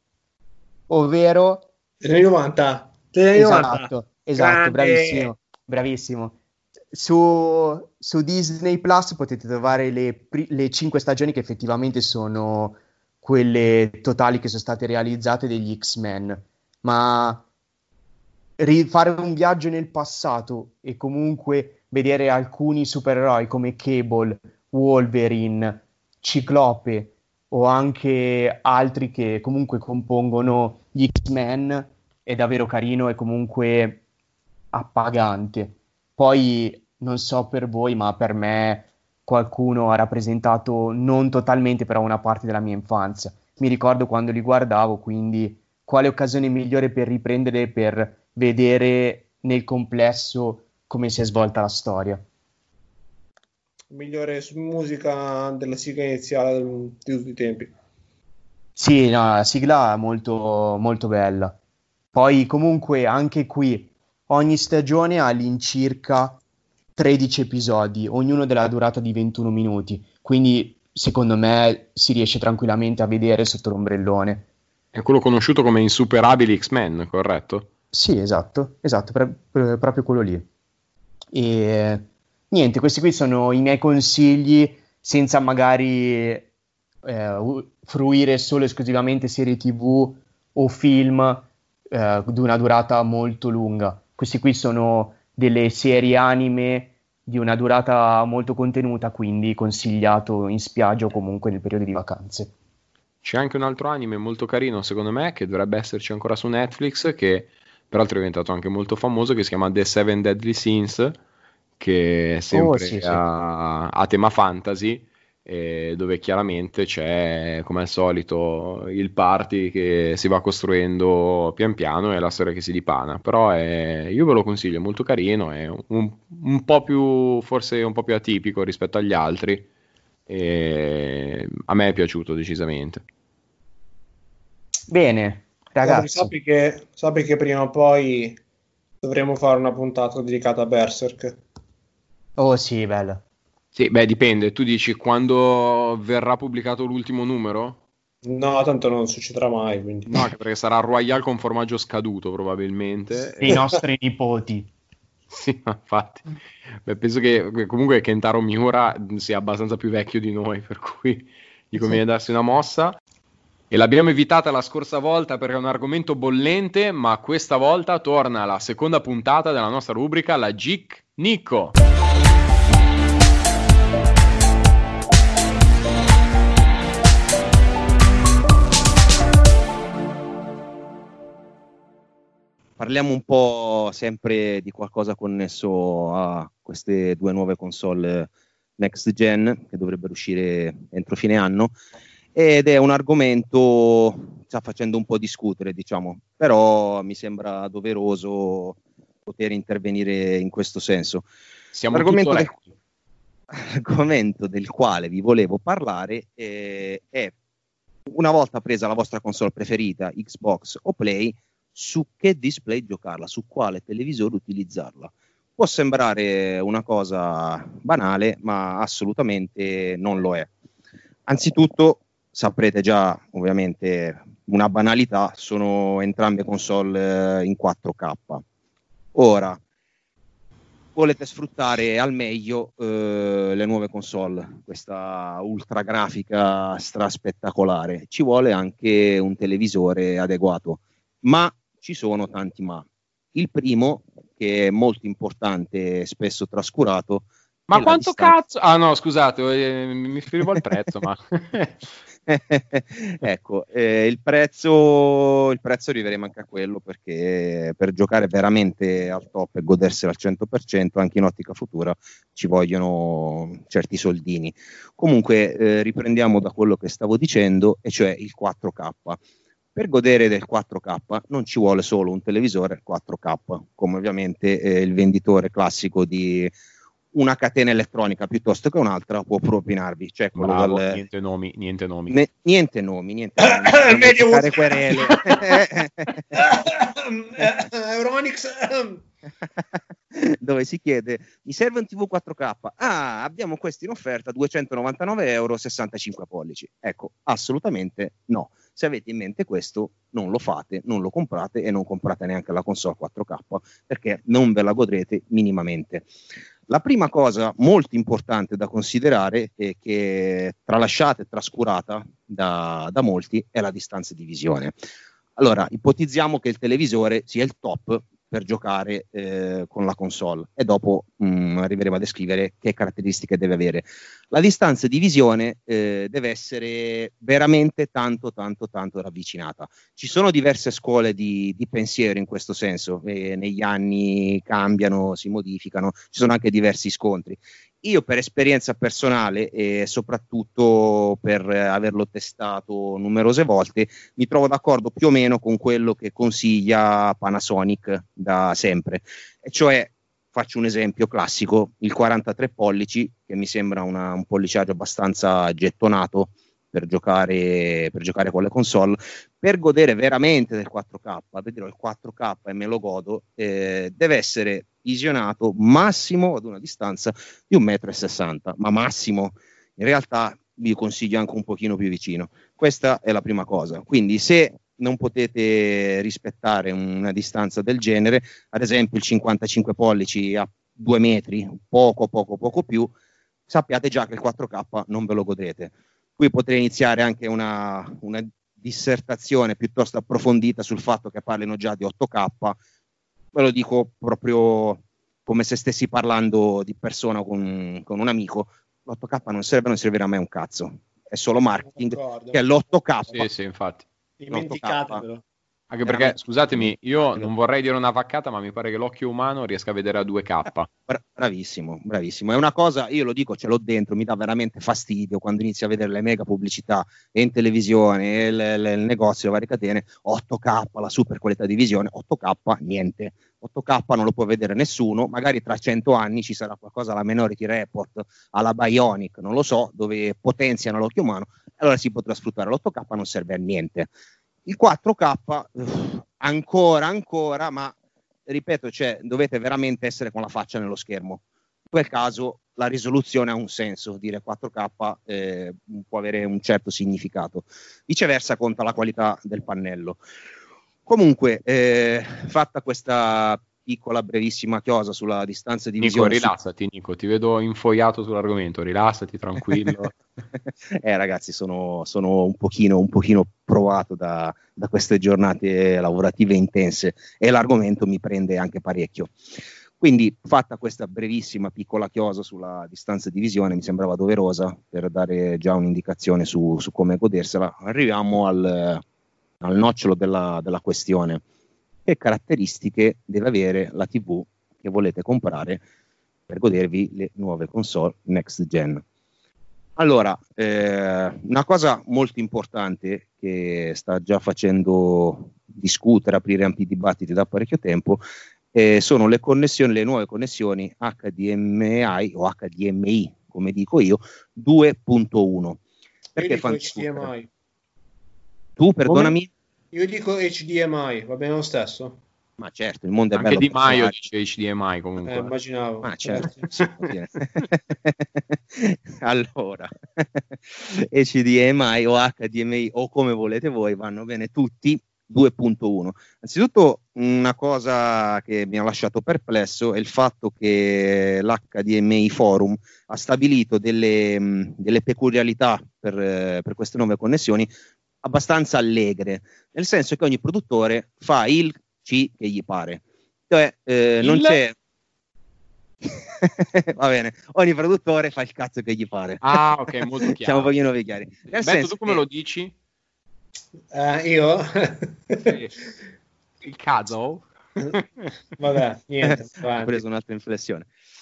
ovvero degli anni novanta. Degli anni esatto, novanta. esatto, Grande. bravissimo, bravissimo. Su, su Disney Plus potete trovare le, pri- le cinque stagioni che effettivamente sono quelle totali che sono state realizzate degli X-Men, ma rifare un viaggio nel passato e comunque vedere alcuni supereroi come Cable, Wolverine, Ciclope o anche altri che comunque compongono gli X-Men è davvero carino e comunque appagante. Poi non so per voi, ma per me qualcuno ha rappresentato non totalmente, però una parte della mia infanzia. Mi ricordo quando li guardavo, quindi quale occasione migliore per riprendere, per vedere nel complesso come si è svolta la storia. Migliore su musica della sigla iniziale di tutti i tempi. Sì, no, la sigla è molto, molto bella. Poi comunque anche qui ogni stagione ha all'incirca tredici episodi, ognuno della durata di ventuno minuti, quindi secondo me si riesce tranquillamente a vedere sotto l'ombrellone. È quello conosciuto come Insuperabili X-Men, corretto? Sì, esatto, esatto, pre- pre- proprio quello lì. E niente, questi qui sono i miei consigli, senza magari eh, fruire solo esclusivamente serie tv o film eh, di una durata molto lunga. Questi qui sono delle serie anime di una durata molto contenuta, quindi consigliato in spiaggia o comunque nel periodo di vacanze. C'è anche un altro anime molto carino, secondo me, che dovrebbe esserci ancora su Netflix, che peraltro è diventato anche molto famoso, che si chiama The Seven Deadly Sins, che è sempre Oh, sì, sì. a, a tema fantasy, eh, dove chiaramente c'è, come al solito, il party che si va costruendo pian piano e la storia che si dipana. Però è, io ve lo consiglio, è molto carino, è un, un po' più, forse un po' più atipico rispetto agli altri, e a me è piaciuto decisamente. Bene, ragazzi. Sappi che, sappi che prima o poi dovremo fare una puntata dedicata a Berserk. Oh sì, bella. Sì, beh, dipende. Tu dici quando verrà pubblicato l'ultimo numero? No, tanto non succederà mai, quindi. No, anche perché sarà Royale con formaggio scaduto probabilmente. I nostri nipoti. Sì, ma infatti. Beh, penso che comunque Kentaro Miura sia abbastanza più vecchio di noi, per cui gli conviene darsi una mossa. E l'abbiamo evitata la scorsa volta perché è un argomento bollente, ma questa volta torna la seconda puntata della nostra rubrica, la Geek Nico. parliamo un po' sempre di qualcosa connesso a queste due nuove console next gen che dovrebbero uscire entro fine anno, ed è un argomento che sta facendo un po' discutere, diciamo, però mi sembra doveroso poter intervenire in questo senso. Siamo l'argomento, tutto del, l'argomento del quale vi volevo parlare è, è, una volta presa la vostra console preferita, Xbox o Play, su che display giocarla, su quale televisore utilizzarla. Può sembrare una cosa banale, ma assolutamente non lo è. Anzitutto, saprete già, ovviamente, una banalità, sono entrambe console in quattro K. Ora, volete sfruttare al meglio eh, le nuove console, questa ultra grafica straspettacolare, ci vuole anche un televisore adeguato, ma ci sono tanti ma. Il primo, che è molto importante, spesso trascurato. Ma quanto cazzo? Ah no, scusate, eh, mi riferivo al prezzo, ma... ecco, eh, il prezzo il prezzo arriveremo anche a quello, perché per giocare veramente al top e godersela al cento per cento anche in ottica futura ci vogliono certi soldini. Comunque eh, riprendiamo da quello che stavo dicendo, e cioè il quattro K. Per godere del quattro K non ci vuole solo un televisore quattro K, come ovviamente eh, il venditore classico di una catena elettronica piuttosto che un'altra può propinarvi. Cioè quello Bravo, dal... niente nomi, niente nomi. Ne, niente nomi, niente nomi. Medio querele. Euronix. Dove si chiede: mi serve un tivù quattro K? Ah, abbiamo questo in offerta, duecentonovantanove euro, sessantacinque pollici. Ecco, assolutamente no. Se avete in mente questo, non lo fate, non lo comprate, e non comprate neanche la console quattro K, perché non ve la godrete minimamente. La prima cosa molto importante da considerare, e che tralasciata e trascurata da, da molti, è la distanza di visione. Allora, ipotizziamo che il televisore sia il top per giocare eh, con la console, e dopo mh, arriveremo a descrivere che caratteristiche deve avere. La distanza di visione eh, deve essere veramente tanto tanto tanto ravvicinata. Ci sono diverse scuole di, di pensiero in questo senso, e negli anni cambiano, si modificano, ci sono anche diversi scontri. Io, per esperienza personale e soprattutto per averlo testato numerose volte, mi trovo d'accordo più o meno con quello che consiglia Panasonic da sempre, e cioè, faccio un esempio classico, il quarantatré pollici, che mi sembra una, un polliciaggio abbastanza gettonato per giocare, per giocare con le console. Per godere veramente del quattro K, vedrò il quattro K e me lo godo, eh, deve essere visionato massimo ad una distanza di un metro e sessanta, ma massimo. In realtà vi consiglio anche un pochino più vicino. Questa è la prima cosa. Quindi, se non potete rispettare una distanza del genere, ad esempio il cinquantacinque pollici a due metri, poco poco poco più, sappiate già che il quattro K non ve lo godrete. Qui potrei iniziare anche una, una dissertazione piuttosto approfondita sul fatto che parlino già di otto K. Ve lo dico proprio come se stessi parlando di persona con, con un amico. L'otto K non serve, non servirà mai un cazzo, è solo marketing, D'accordo. che è l'otto K. Sì, sì, infatti. Dimenticatevelo. Anche perché, scusatemi, io non vorrei dire una vaccata, ma mi pare che l'occhio umano riesca a vedere a due K. Bra- bravissimo, bravissimo. È una cosa, io lo dico, ce l'ho dentro, mi dà veramente fastidio quando inizi a vedere le mega pubblicità e in televisione, e le, le, il negozio, le varie catene, otto K, la super qualità di visione, otto K, niente. otto K non lo può vedere nessuno, magari tra cento anni ci sarà qualcosa alla Minority Report, alla Bionic, non lo so, dove potenziano l'occhio umano, allora si potrà sfruttare. L'otto K non serve a niente. Il quattro K uff, ancora ancora, ma ripeto, cioè, dovete veramente essere con la faccia nello schermo. In quel caso la risoluzione ha un senso, dire quattro K eh, può avere un certo significato. Viceversa conta la qualità del pannello. Comunque, eh, fatta questa piccola brevissima chiosa sulla distanza di Nico, visione, rilassati, su... Nico, ti vedo infoiato sull'argomento, rilassati, tranquillo. eh ragazzi, sono, sono un pochino, un pochino provato da, da queste giornate lavorative intense, e l'argomento mi prende anche parecchio. Quindi, fatta questa brevissima piccola chiosa sulla distanza di visione, mi sembrava doverosa per dare già un'indicazione su, su come godersela. Arriviamo al, al nocciolo della, della questione. che caratteristiche deve avere la tivù che volete comprare per godervi le nuove console next gen. Allora, eh, una cosa molto importante che sta già facendo discutere, aprire ampi dibattiti da parecchio tempo, eh, sono le connessioni, le nuove connessioni H D M I o H D M I, come dico io, due punto uno. Perché io dico fanno H D M I. Tu, perdonami? Io dico H D M I, va bene lo stesso? Ma certo, il mondo è anche bello. Di Maio per dice H D M I comunque. Eh, immaginavo. Ma certo. Allora, H D M I o H D M I o come volete voi, vanno bene tutti. due punto uno. Anzitutto una cosa che mi ha lasciato perplesso è il fatto che l'H D M I Forum ha stabilito delle, delle peculiarità per, per queste nuove connessioni abbastanza allegre, nel senso che ogni produttore fa il C che gli pare, cioè eh, non c'è va bene, ogni produttore fa il cazzo che gli pare. Ah, ok, molto chiaro. Siamo un pochino più chiari. Nel Beto, tu come che... lo dici? Uh, io? Sì. Il cazzo? Vabbè, niente. Ho preso un'altra inflessione.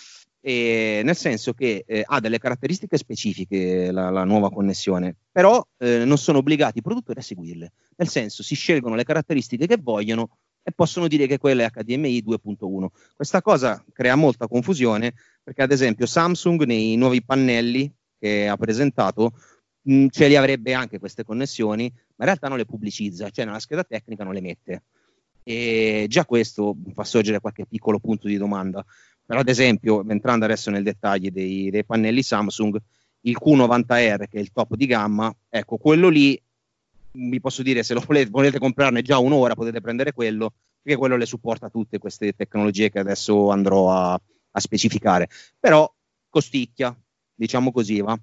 E nel senso che eh, ha delle caratteristiche specifiche la, la nuova connessione, però eh, non sono obbligati i produttori a seguirle. Nel senso, si scelgono le caratteristiche che vogliono e possono dire che quella è H D M I due punto uno. Questa cosa crea molta confusione perché, ad esempio, Samsung nei nuovi pannelli che ha presentato mh, ce li avrebbe anche queste connessioni, ma in realtà non le pubblicizza, cioè nella scheda tecnica non le mette. E già questo fa sorgere qualche piccolo punto di domanda. Però, ad esempio, entrando adesso nel dettaglio dei, dei pannelli Samsung, il Q novanta R, che è il top di gamma, ecco, quello lì vi posso dire, se lo volete, volete comprarne già un'ora, potete prendere quello, perché quello le supporta tutte queste tecnologie che adesso andrò a, a specificare. Però costicchia, diciamo così, va.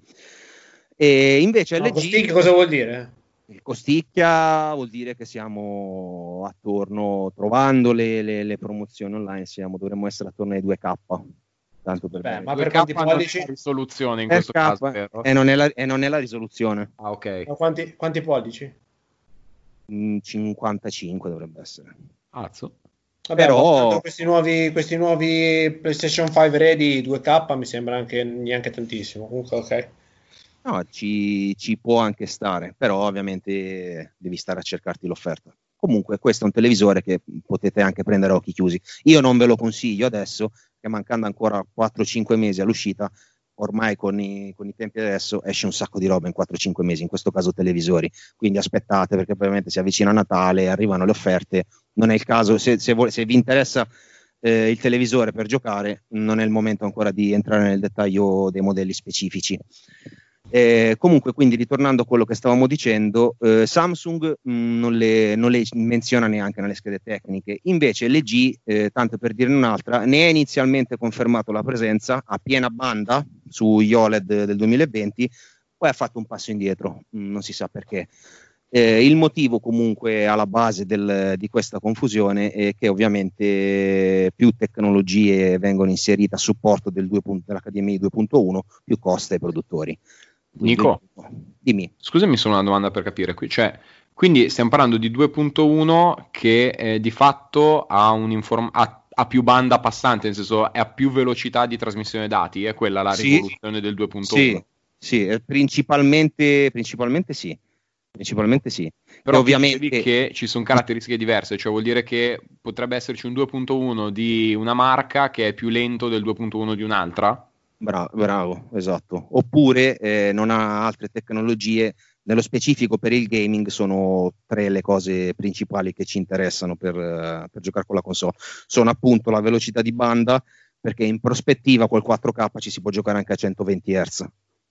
E invece no, L G... Costicchia cosa vuol dire? Costicchia vuol dire che siamo attorno, trovando le, le, le promozioni online, siamo, dovremmo essere attorno ai due K. Tanto per Beh, ma per quanti pollici? Non è la risoluzione in per questo K, caso, vero? E non è la, e non è la risoluzione. Ah, ok. Ma quanti, quanti pollici? Mm, cinquantacinque dovrebbe essere. Azzo. Vabbè, Però questi nuovi, questi nuovi PlayStation cinque Ready due K mi sembra anche neanche tantissimo. Comunque, ok. no, ci, ci può anche stare, però ovviamente devi stare a cercarti l'offerta. Comunque questo è un televisore che potete anche prendere a occhi chiusi. Io non ve lo consiglio adesso, che mancando ancora quattro cinque mesi all'uscita, ormai con i, con i tempi adesso esce un sacco di roba in quattro cinque mesi, in questo caso televisori, quindi aspettate, perché probabilmente si avvicina Natale, arrivano le offerte, non è il caso, se, se, vo- se vi interessa eh, il televisore per giocare, non è il momento ancora di entrare nel dettaglio dei modelli specifici. Eh, comunque, quindi ritornando a quello che stavamo dicendo, eh, Samsung mh, non, le, non le menziona neanche nelle schede tecniche, invece L G, eh, tanto per dirne un'altra, ne ha inizialmente confermato la presenza a piena banda sugli O L E D del duemilaventi, poi ha fatto un passo indietro, mh, non si sa perché. Eh, il motivo comunque alla base del, di questa confusione è che ovviamente più tecnologie vengono inserite a supporto del due, dell'H D M I due punto uno, più costa ai produttori. Quindi, Nico, dimmi. Scusami solo una domanda per capire qui, cioè, quindi stiamo parlando di due punto uno che eh, di fatto ha, un inform- ha, ha più banda passante, nel senso è a più velocità di trasmissione dati, è quella la Sì, rivoluzione del due punto uno? Sì, sì, principalmente, principalmente sì, principalmente sì. Però che ovviamente che ci sono caratteristiche diverse, cioè vuol dire che potrebbe esserci un due punto uno di una marca che è più lento del due punto uno di un'altra? Bravo, bravo, esatto. Oppure eh, non ha altre tecnologie, nello specifico per il gaming sono tre le cose principali che ci interessano per, uh, per giocare con la console. Sono appunto la velocità di banda, perché in prospettiva col quattro K ci si può giocare anche a centoventi hertz,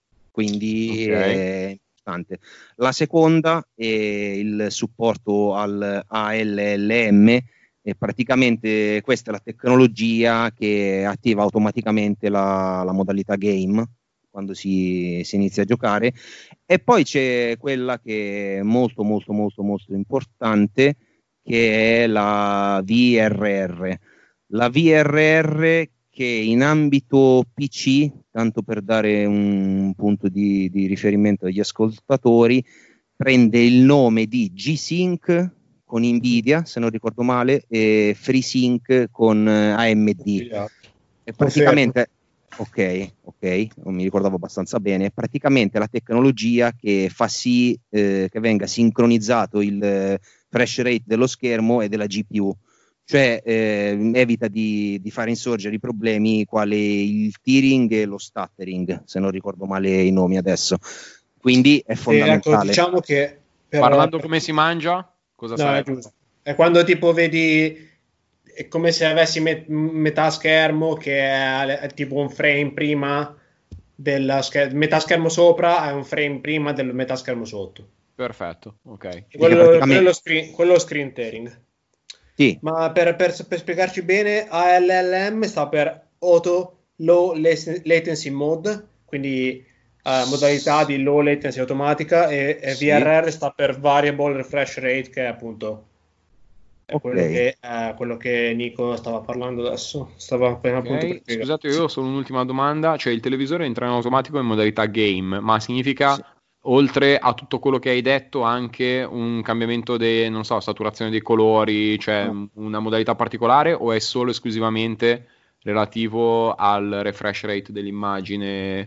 quindi okay. è importante. La seconda è il supporto al A L L M, e praticamente questa è la tecnologia che attiva automaticamente la, la modalità game quando si, si inizia a giocare. E poi c'è quella che è molto molto molto molto importante, che è la V R R. La V R R che in ambito P C, tanto per dare un punto di, di riferimento agli ascoltatori, prende il nome di G-Sync, con Nvidia, se non ricordo male, e FreeSync con A M D. E praticamente, ok, ok, non mi ricordavo abbastanza bene, è praticamente la tecnologia che fa sì eh, che venga sincronizzato il eh, refresh rate dello schermo e della G P U, cioè eh, evita di, di fare insorgere i problemi quali il tearing e lo stuttering, se non ricordo male i nomi adesso. Quindi è fondamentale. Ecco, diciamo che per, parlando per... come si mangia, cosa no, sarebbe? è giusto. È quando tipo vedi, è come se avessi met- metà schermo che è, è tipo un frame prima del scher- metà schermo sopra è un frame prima del metà schermo sotto. Perfetto, ok. Quello, praticamente... quello, screen, quello screen tearing. Sì. Ma per, per, per spiegarci bene, A L L M sta per Auto Low Latency Mode, quindi uh, modalità di low latency automatica, e, e sì. V R R sta per Variable Refresh Rate, che è appunto è okay. quello, che, uh, quello che Nico stava parlando adesso. Stava appena okay. appunto per spiegare. Scusate, io ho solo un'ultima domanda, cioè il televisore entra in automatico in modalità game, ma significa... Sì. Oltre a tutto quello che hai detto, anche un cambiamento di, non so, saturazione dei colori, cioè no. una modalità particolare, o è solo esclusivamente relativo al refresh rate dell'immagine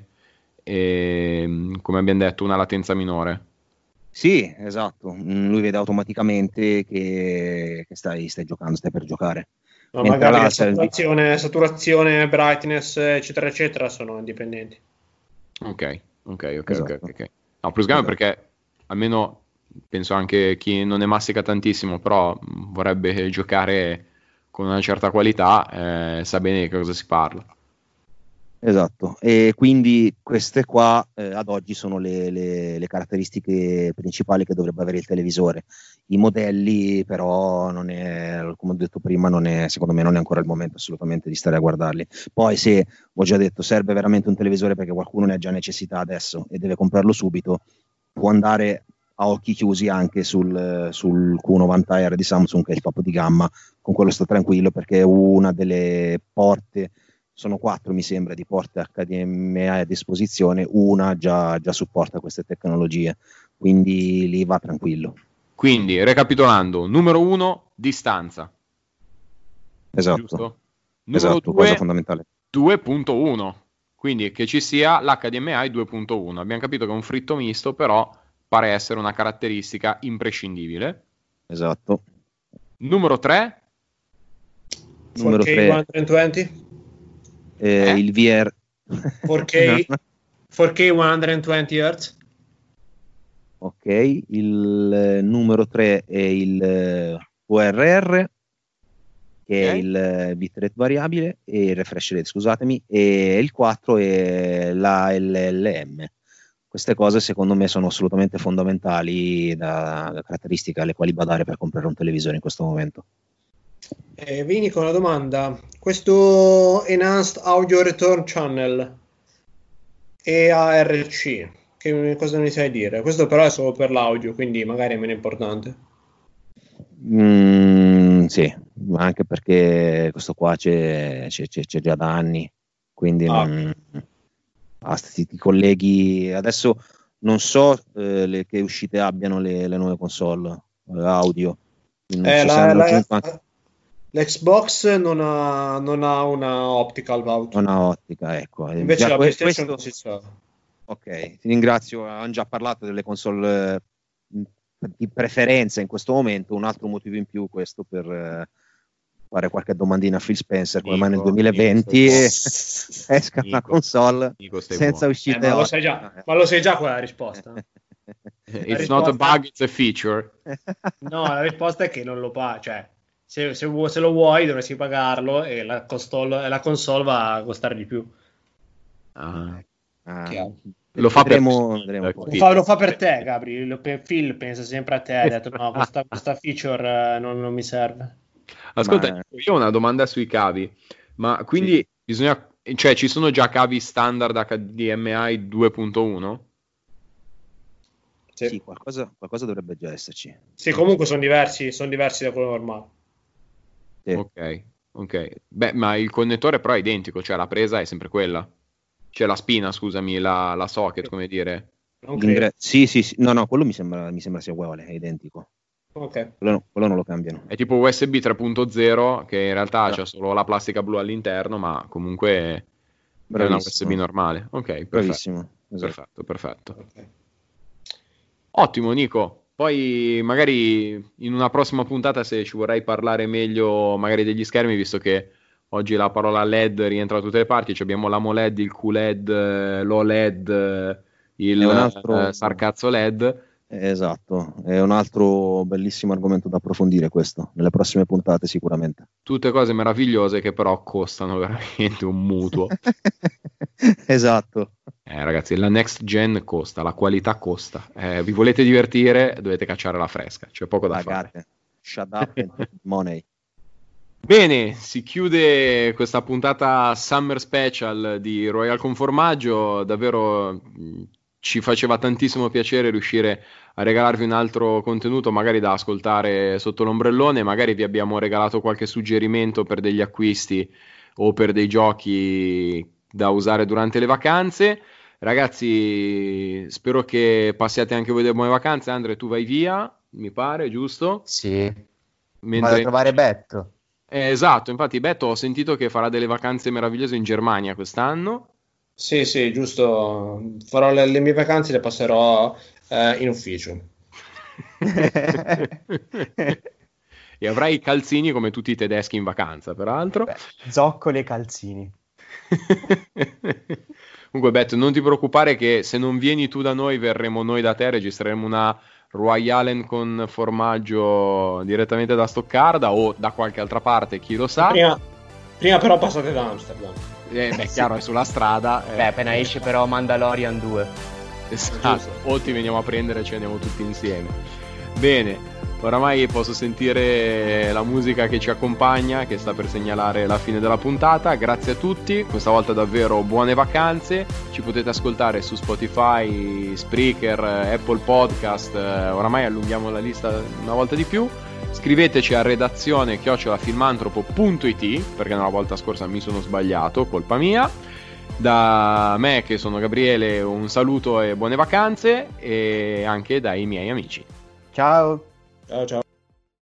e, come abbiamo detto, una latenza minore? Sì, esatto. Lui vede automaticamente che, che stai, stai giocando, stai per giocare. No, magari la saturazione, saturazione, brightness, eccetera, eccetera, sono indipendenti. Ok, ok, ok, esatto. ok. okay. No, plus esatto. Perché almeno penso anche chi non ne massica tantissimo, però vorrebbe giocare con una certa qualità, eh, sa bene di cosa si parla. Esatto, e quindi queste qua eh, ad oggi sono le, le, le caratteristiche principali che dovrebbe avere il televisore. I modelli però non è, come ho detto prima, non è, secondo me non è ancora il momento assolutamente di stare a guardarli. Poi se, ho già detto, serve veramente un televisore perché qualcuno ne ha già necessità adesso e deve comprarlo subito, può andare a occhi chiusi anche sul, sul Q novanta R di Samsung, che è il top di gamma. Con quello sto tranquillo perché è una delle porte, sono quattro mi sembra di porte H D M I a disposizione, una già, già supporta queste tecnologie, quindi lì va tranquillo. Quindi recapitolando, numero uno, distanza, esatto, giusto? Numero esatto, due, cosa fondamentale, due punto uno, quindi che ci sia l'H D M I due punto uno. Abbiamo capito che è un fritto misto, però pare essere una caratteristica imprescindibile. Esatto. Numero tre, numero tre, centoventi eh, eh? il V R four K four K centoventi Hz. Ok, il numero tre è il O R R, che okay. è il bitrate variabile, e il refresh rate, scusatemi, e il quattro è l'A L L M. Queste cose secondo me sono assolutamente fondamentali da, da caratteristiche alle quali badare per comprare un televisore in questo momento. Eh, Vini con una domanda: questo Enhanced Audio Return Channel E A R C, che cosa ne sai dire? Questo però è solo per l'audio, quindi magari è meno importante. Mm, sì, anche perché questo qua c'è, c'è, c'è già da anni, quindi ah. non, ah, ti colleghi adesso. Non so eh, le, che uscite abbiano le, le nuove console eh, audio. Non eh, so la, se hanno la, aggiunto anche... L'Xbox non ha, non ha una optical out. Non ha ottica, ecco. Invece già la que- PlayStation questo... si sa. Ok, ti ringrazio. Hanno già parlato delle console eh, di preferenza in questo momento. Un altro motivo in più questo per eh, fare qualche domandina a Phil Spencer, come mai nel duemilaventi esca una console senza buono. uscite eh, ma, lo sai già, ma lo sai già qual è la risposta? It's la risposta... not a bug, it's a feature. No, la risposta è che non lo paga, cioè se, se, se lo vuoi dovresti pagarlo e la console, la console va a costare di più. Ah. Ah, lo, fa vedremo, per... vedremo lo, fa, lo fa per te, Gabri. Lo, per Phil pensa sempre a te. Ha detto no, questa, questa feature non, non mi serve. Ascolta, ma... io ho una domanda sui cavi, ma quindi sì. bisogna, cioè ci sono già cavi standard H D M I due punto uno? Sì, sì qualcosa, qualcosa dovrebbe già esserci. Sì, comunque sono diversi, sono diversi da quello normale. Sì. Ok, ok. Beh, ma il connettore però è identico, cioè la presa è sempre quella. Cioè la spina, scusami, la, la socket, come dire. Non credo. Sì, sì, sì, no, no, quello mi sembra, mi sembra sia uguale, è identico. Ok. Quello, quello non lo cambiano. È tipo U S B tre punto zero che in realtà Ah. c'è solo la plastica blu all'interno, ma comunque è una U S B normale. Ok, perfetto. Bravissimo. Esatto. Perfetto, perfetto. Ok. Ottimo Nico, poi magari in una prossima puntata se ci vorrai parlare meglio magari degli schermi, visto che oggi la parola L E D rientra da tutte le parti, cioè abbiamo l'AMOLED, il Q L E D, eh, l'O L E D, eh, il È un altro- eh, sarcazzo L E D. Esatto, è un altro bellissimo argomento da approfondire questo, nelle prossime puntate sicuramente. Tutte cose meravigliose che però costano veramente un mutuo. Esatto. Eh, ragazzi, la next gen costa, la qualità costa. Eh, vi volete divertire, dovete cacciare la fresca, c'è poco da fare. Pagate. Shut up and take money. Bene, si chiude questa puntata Summer Special di Royal con Formaggio. Davvero mh, ci faceva tantissimo piacere riuscire a regalarvi un altro contenuto, magari da ascoltare sotto l'ombrellone. Magari vi abbiamo regalato qualche suggerimento per degli acquisti o per dei giochi da usare durante le vacanze. Ragazzi, spero che passiate anche voi delle buone vacanze. Andre, tu vai via, mi pare, giusto? Sì, vado a Mentre... trovare Betto. Eh, esatto, infatti Beto ho sentito che farà delle vacanze meravigliose in Germania quest'anno. Sì, sì, giusto. Farò le, le mie vacanze, le passerò eh, in ufficio. E avrai i calzini come tutti i tedeschi in vacanza, peraltro. Beh, zoccoli e calzini. Comunque, Beto, non ti preoccupare che se non vieni tu da noi, verremo noi da te, registreremo una Royalen con formaggio direttamente da Stoccarda o da qualche altra parte, chi lo sa. Prima, prima però passate da Amsterdam. Eh, beh, chiaro, è sulla strada. eh. Beh, appena esce però Mandalorian due. Esatto, o ti veniamo a prendere e ci andiamo tutti insieme. Bene, oramai posso sentire la musica che ci accompagna, che sta per segnalare la fine della puntata. Grazie a tutti, questa volta davvero buone vacanze. Ci potete ascoltare su Spotify, Spreaker, Apple Podcast. Oramai allunghiamo la lista una volta di più. Scriveteci a redazione chiocciola filmantropo punto it, perché nella volta scorsa mi sono sbagliato, colpa mia. Da me, che sono Gabriele, un saluto e buone vacanze, e anche dai miei amici. Ciao. Ciao, ciao.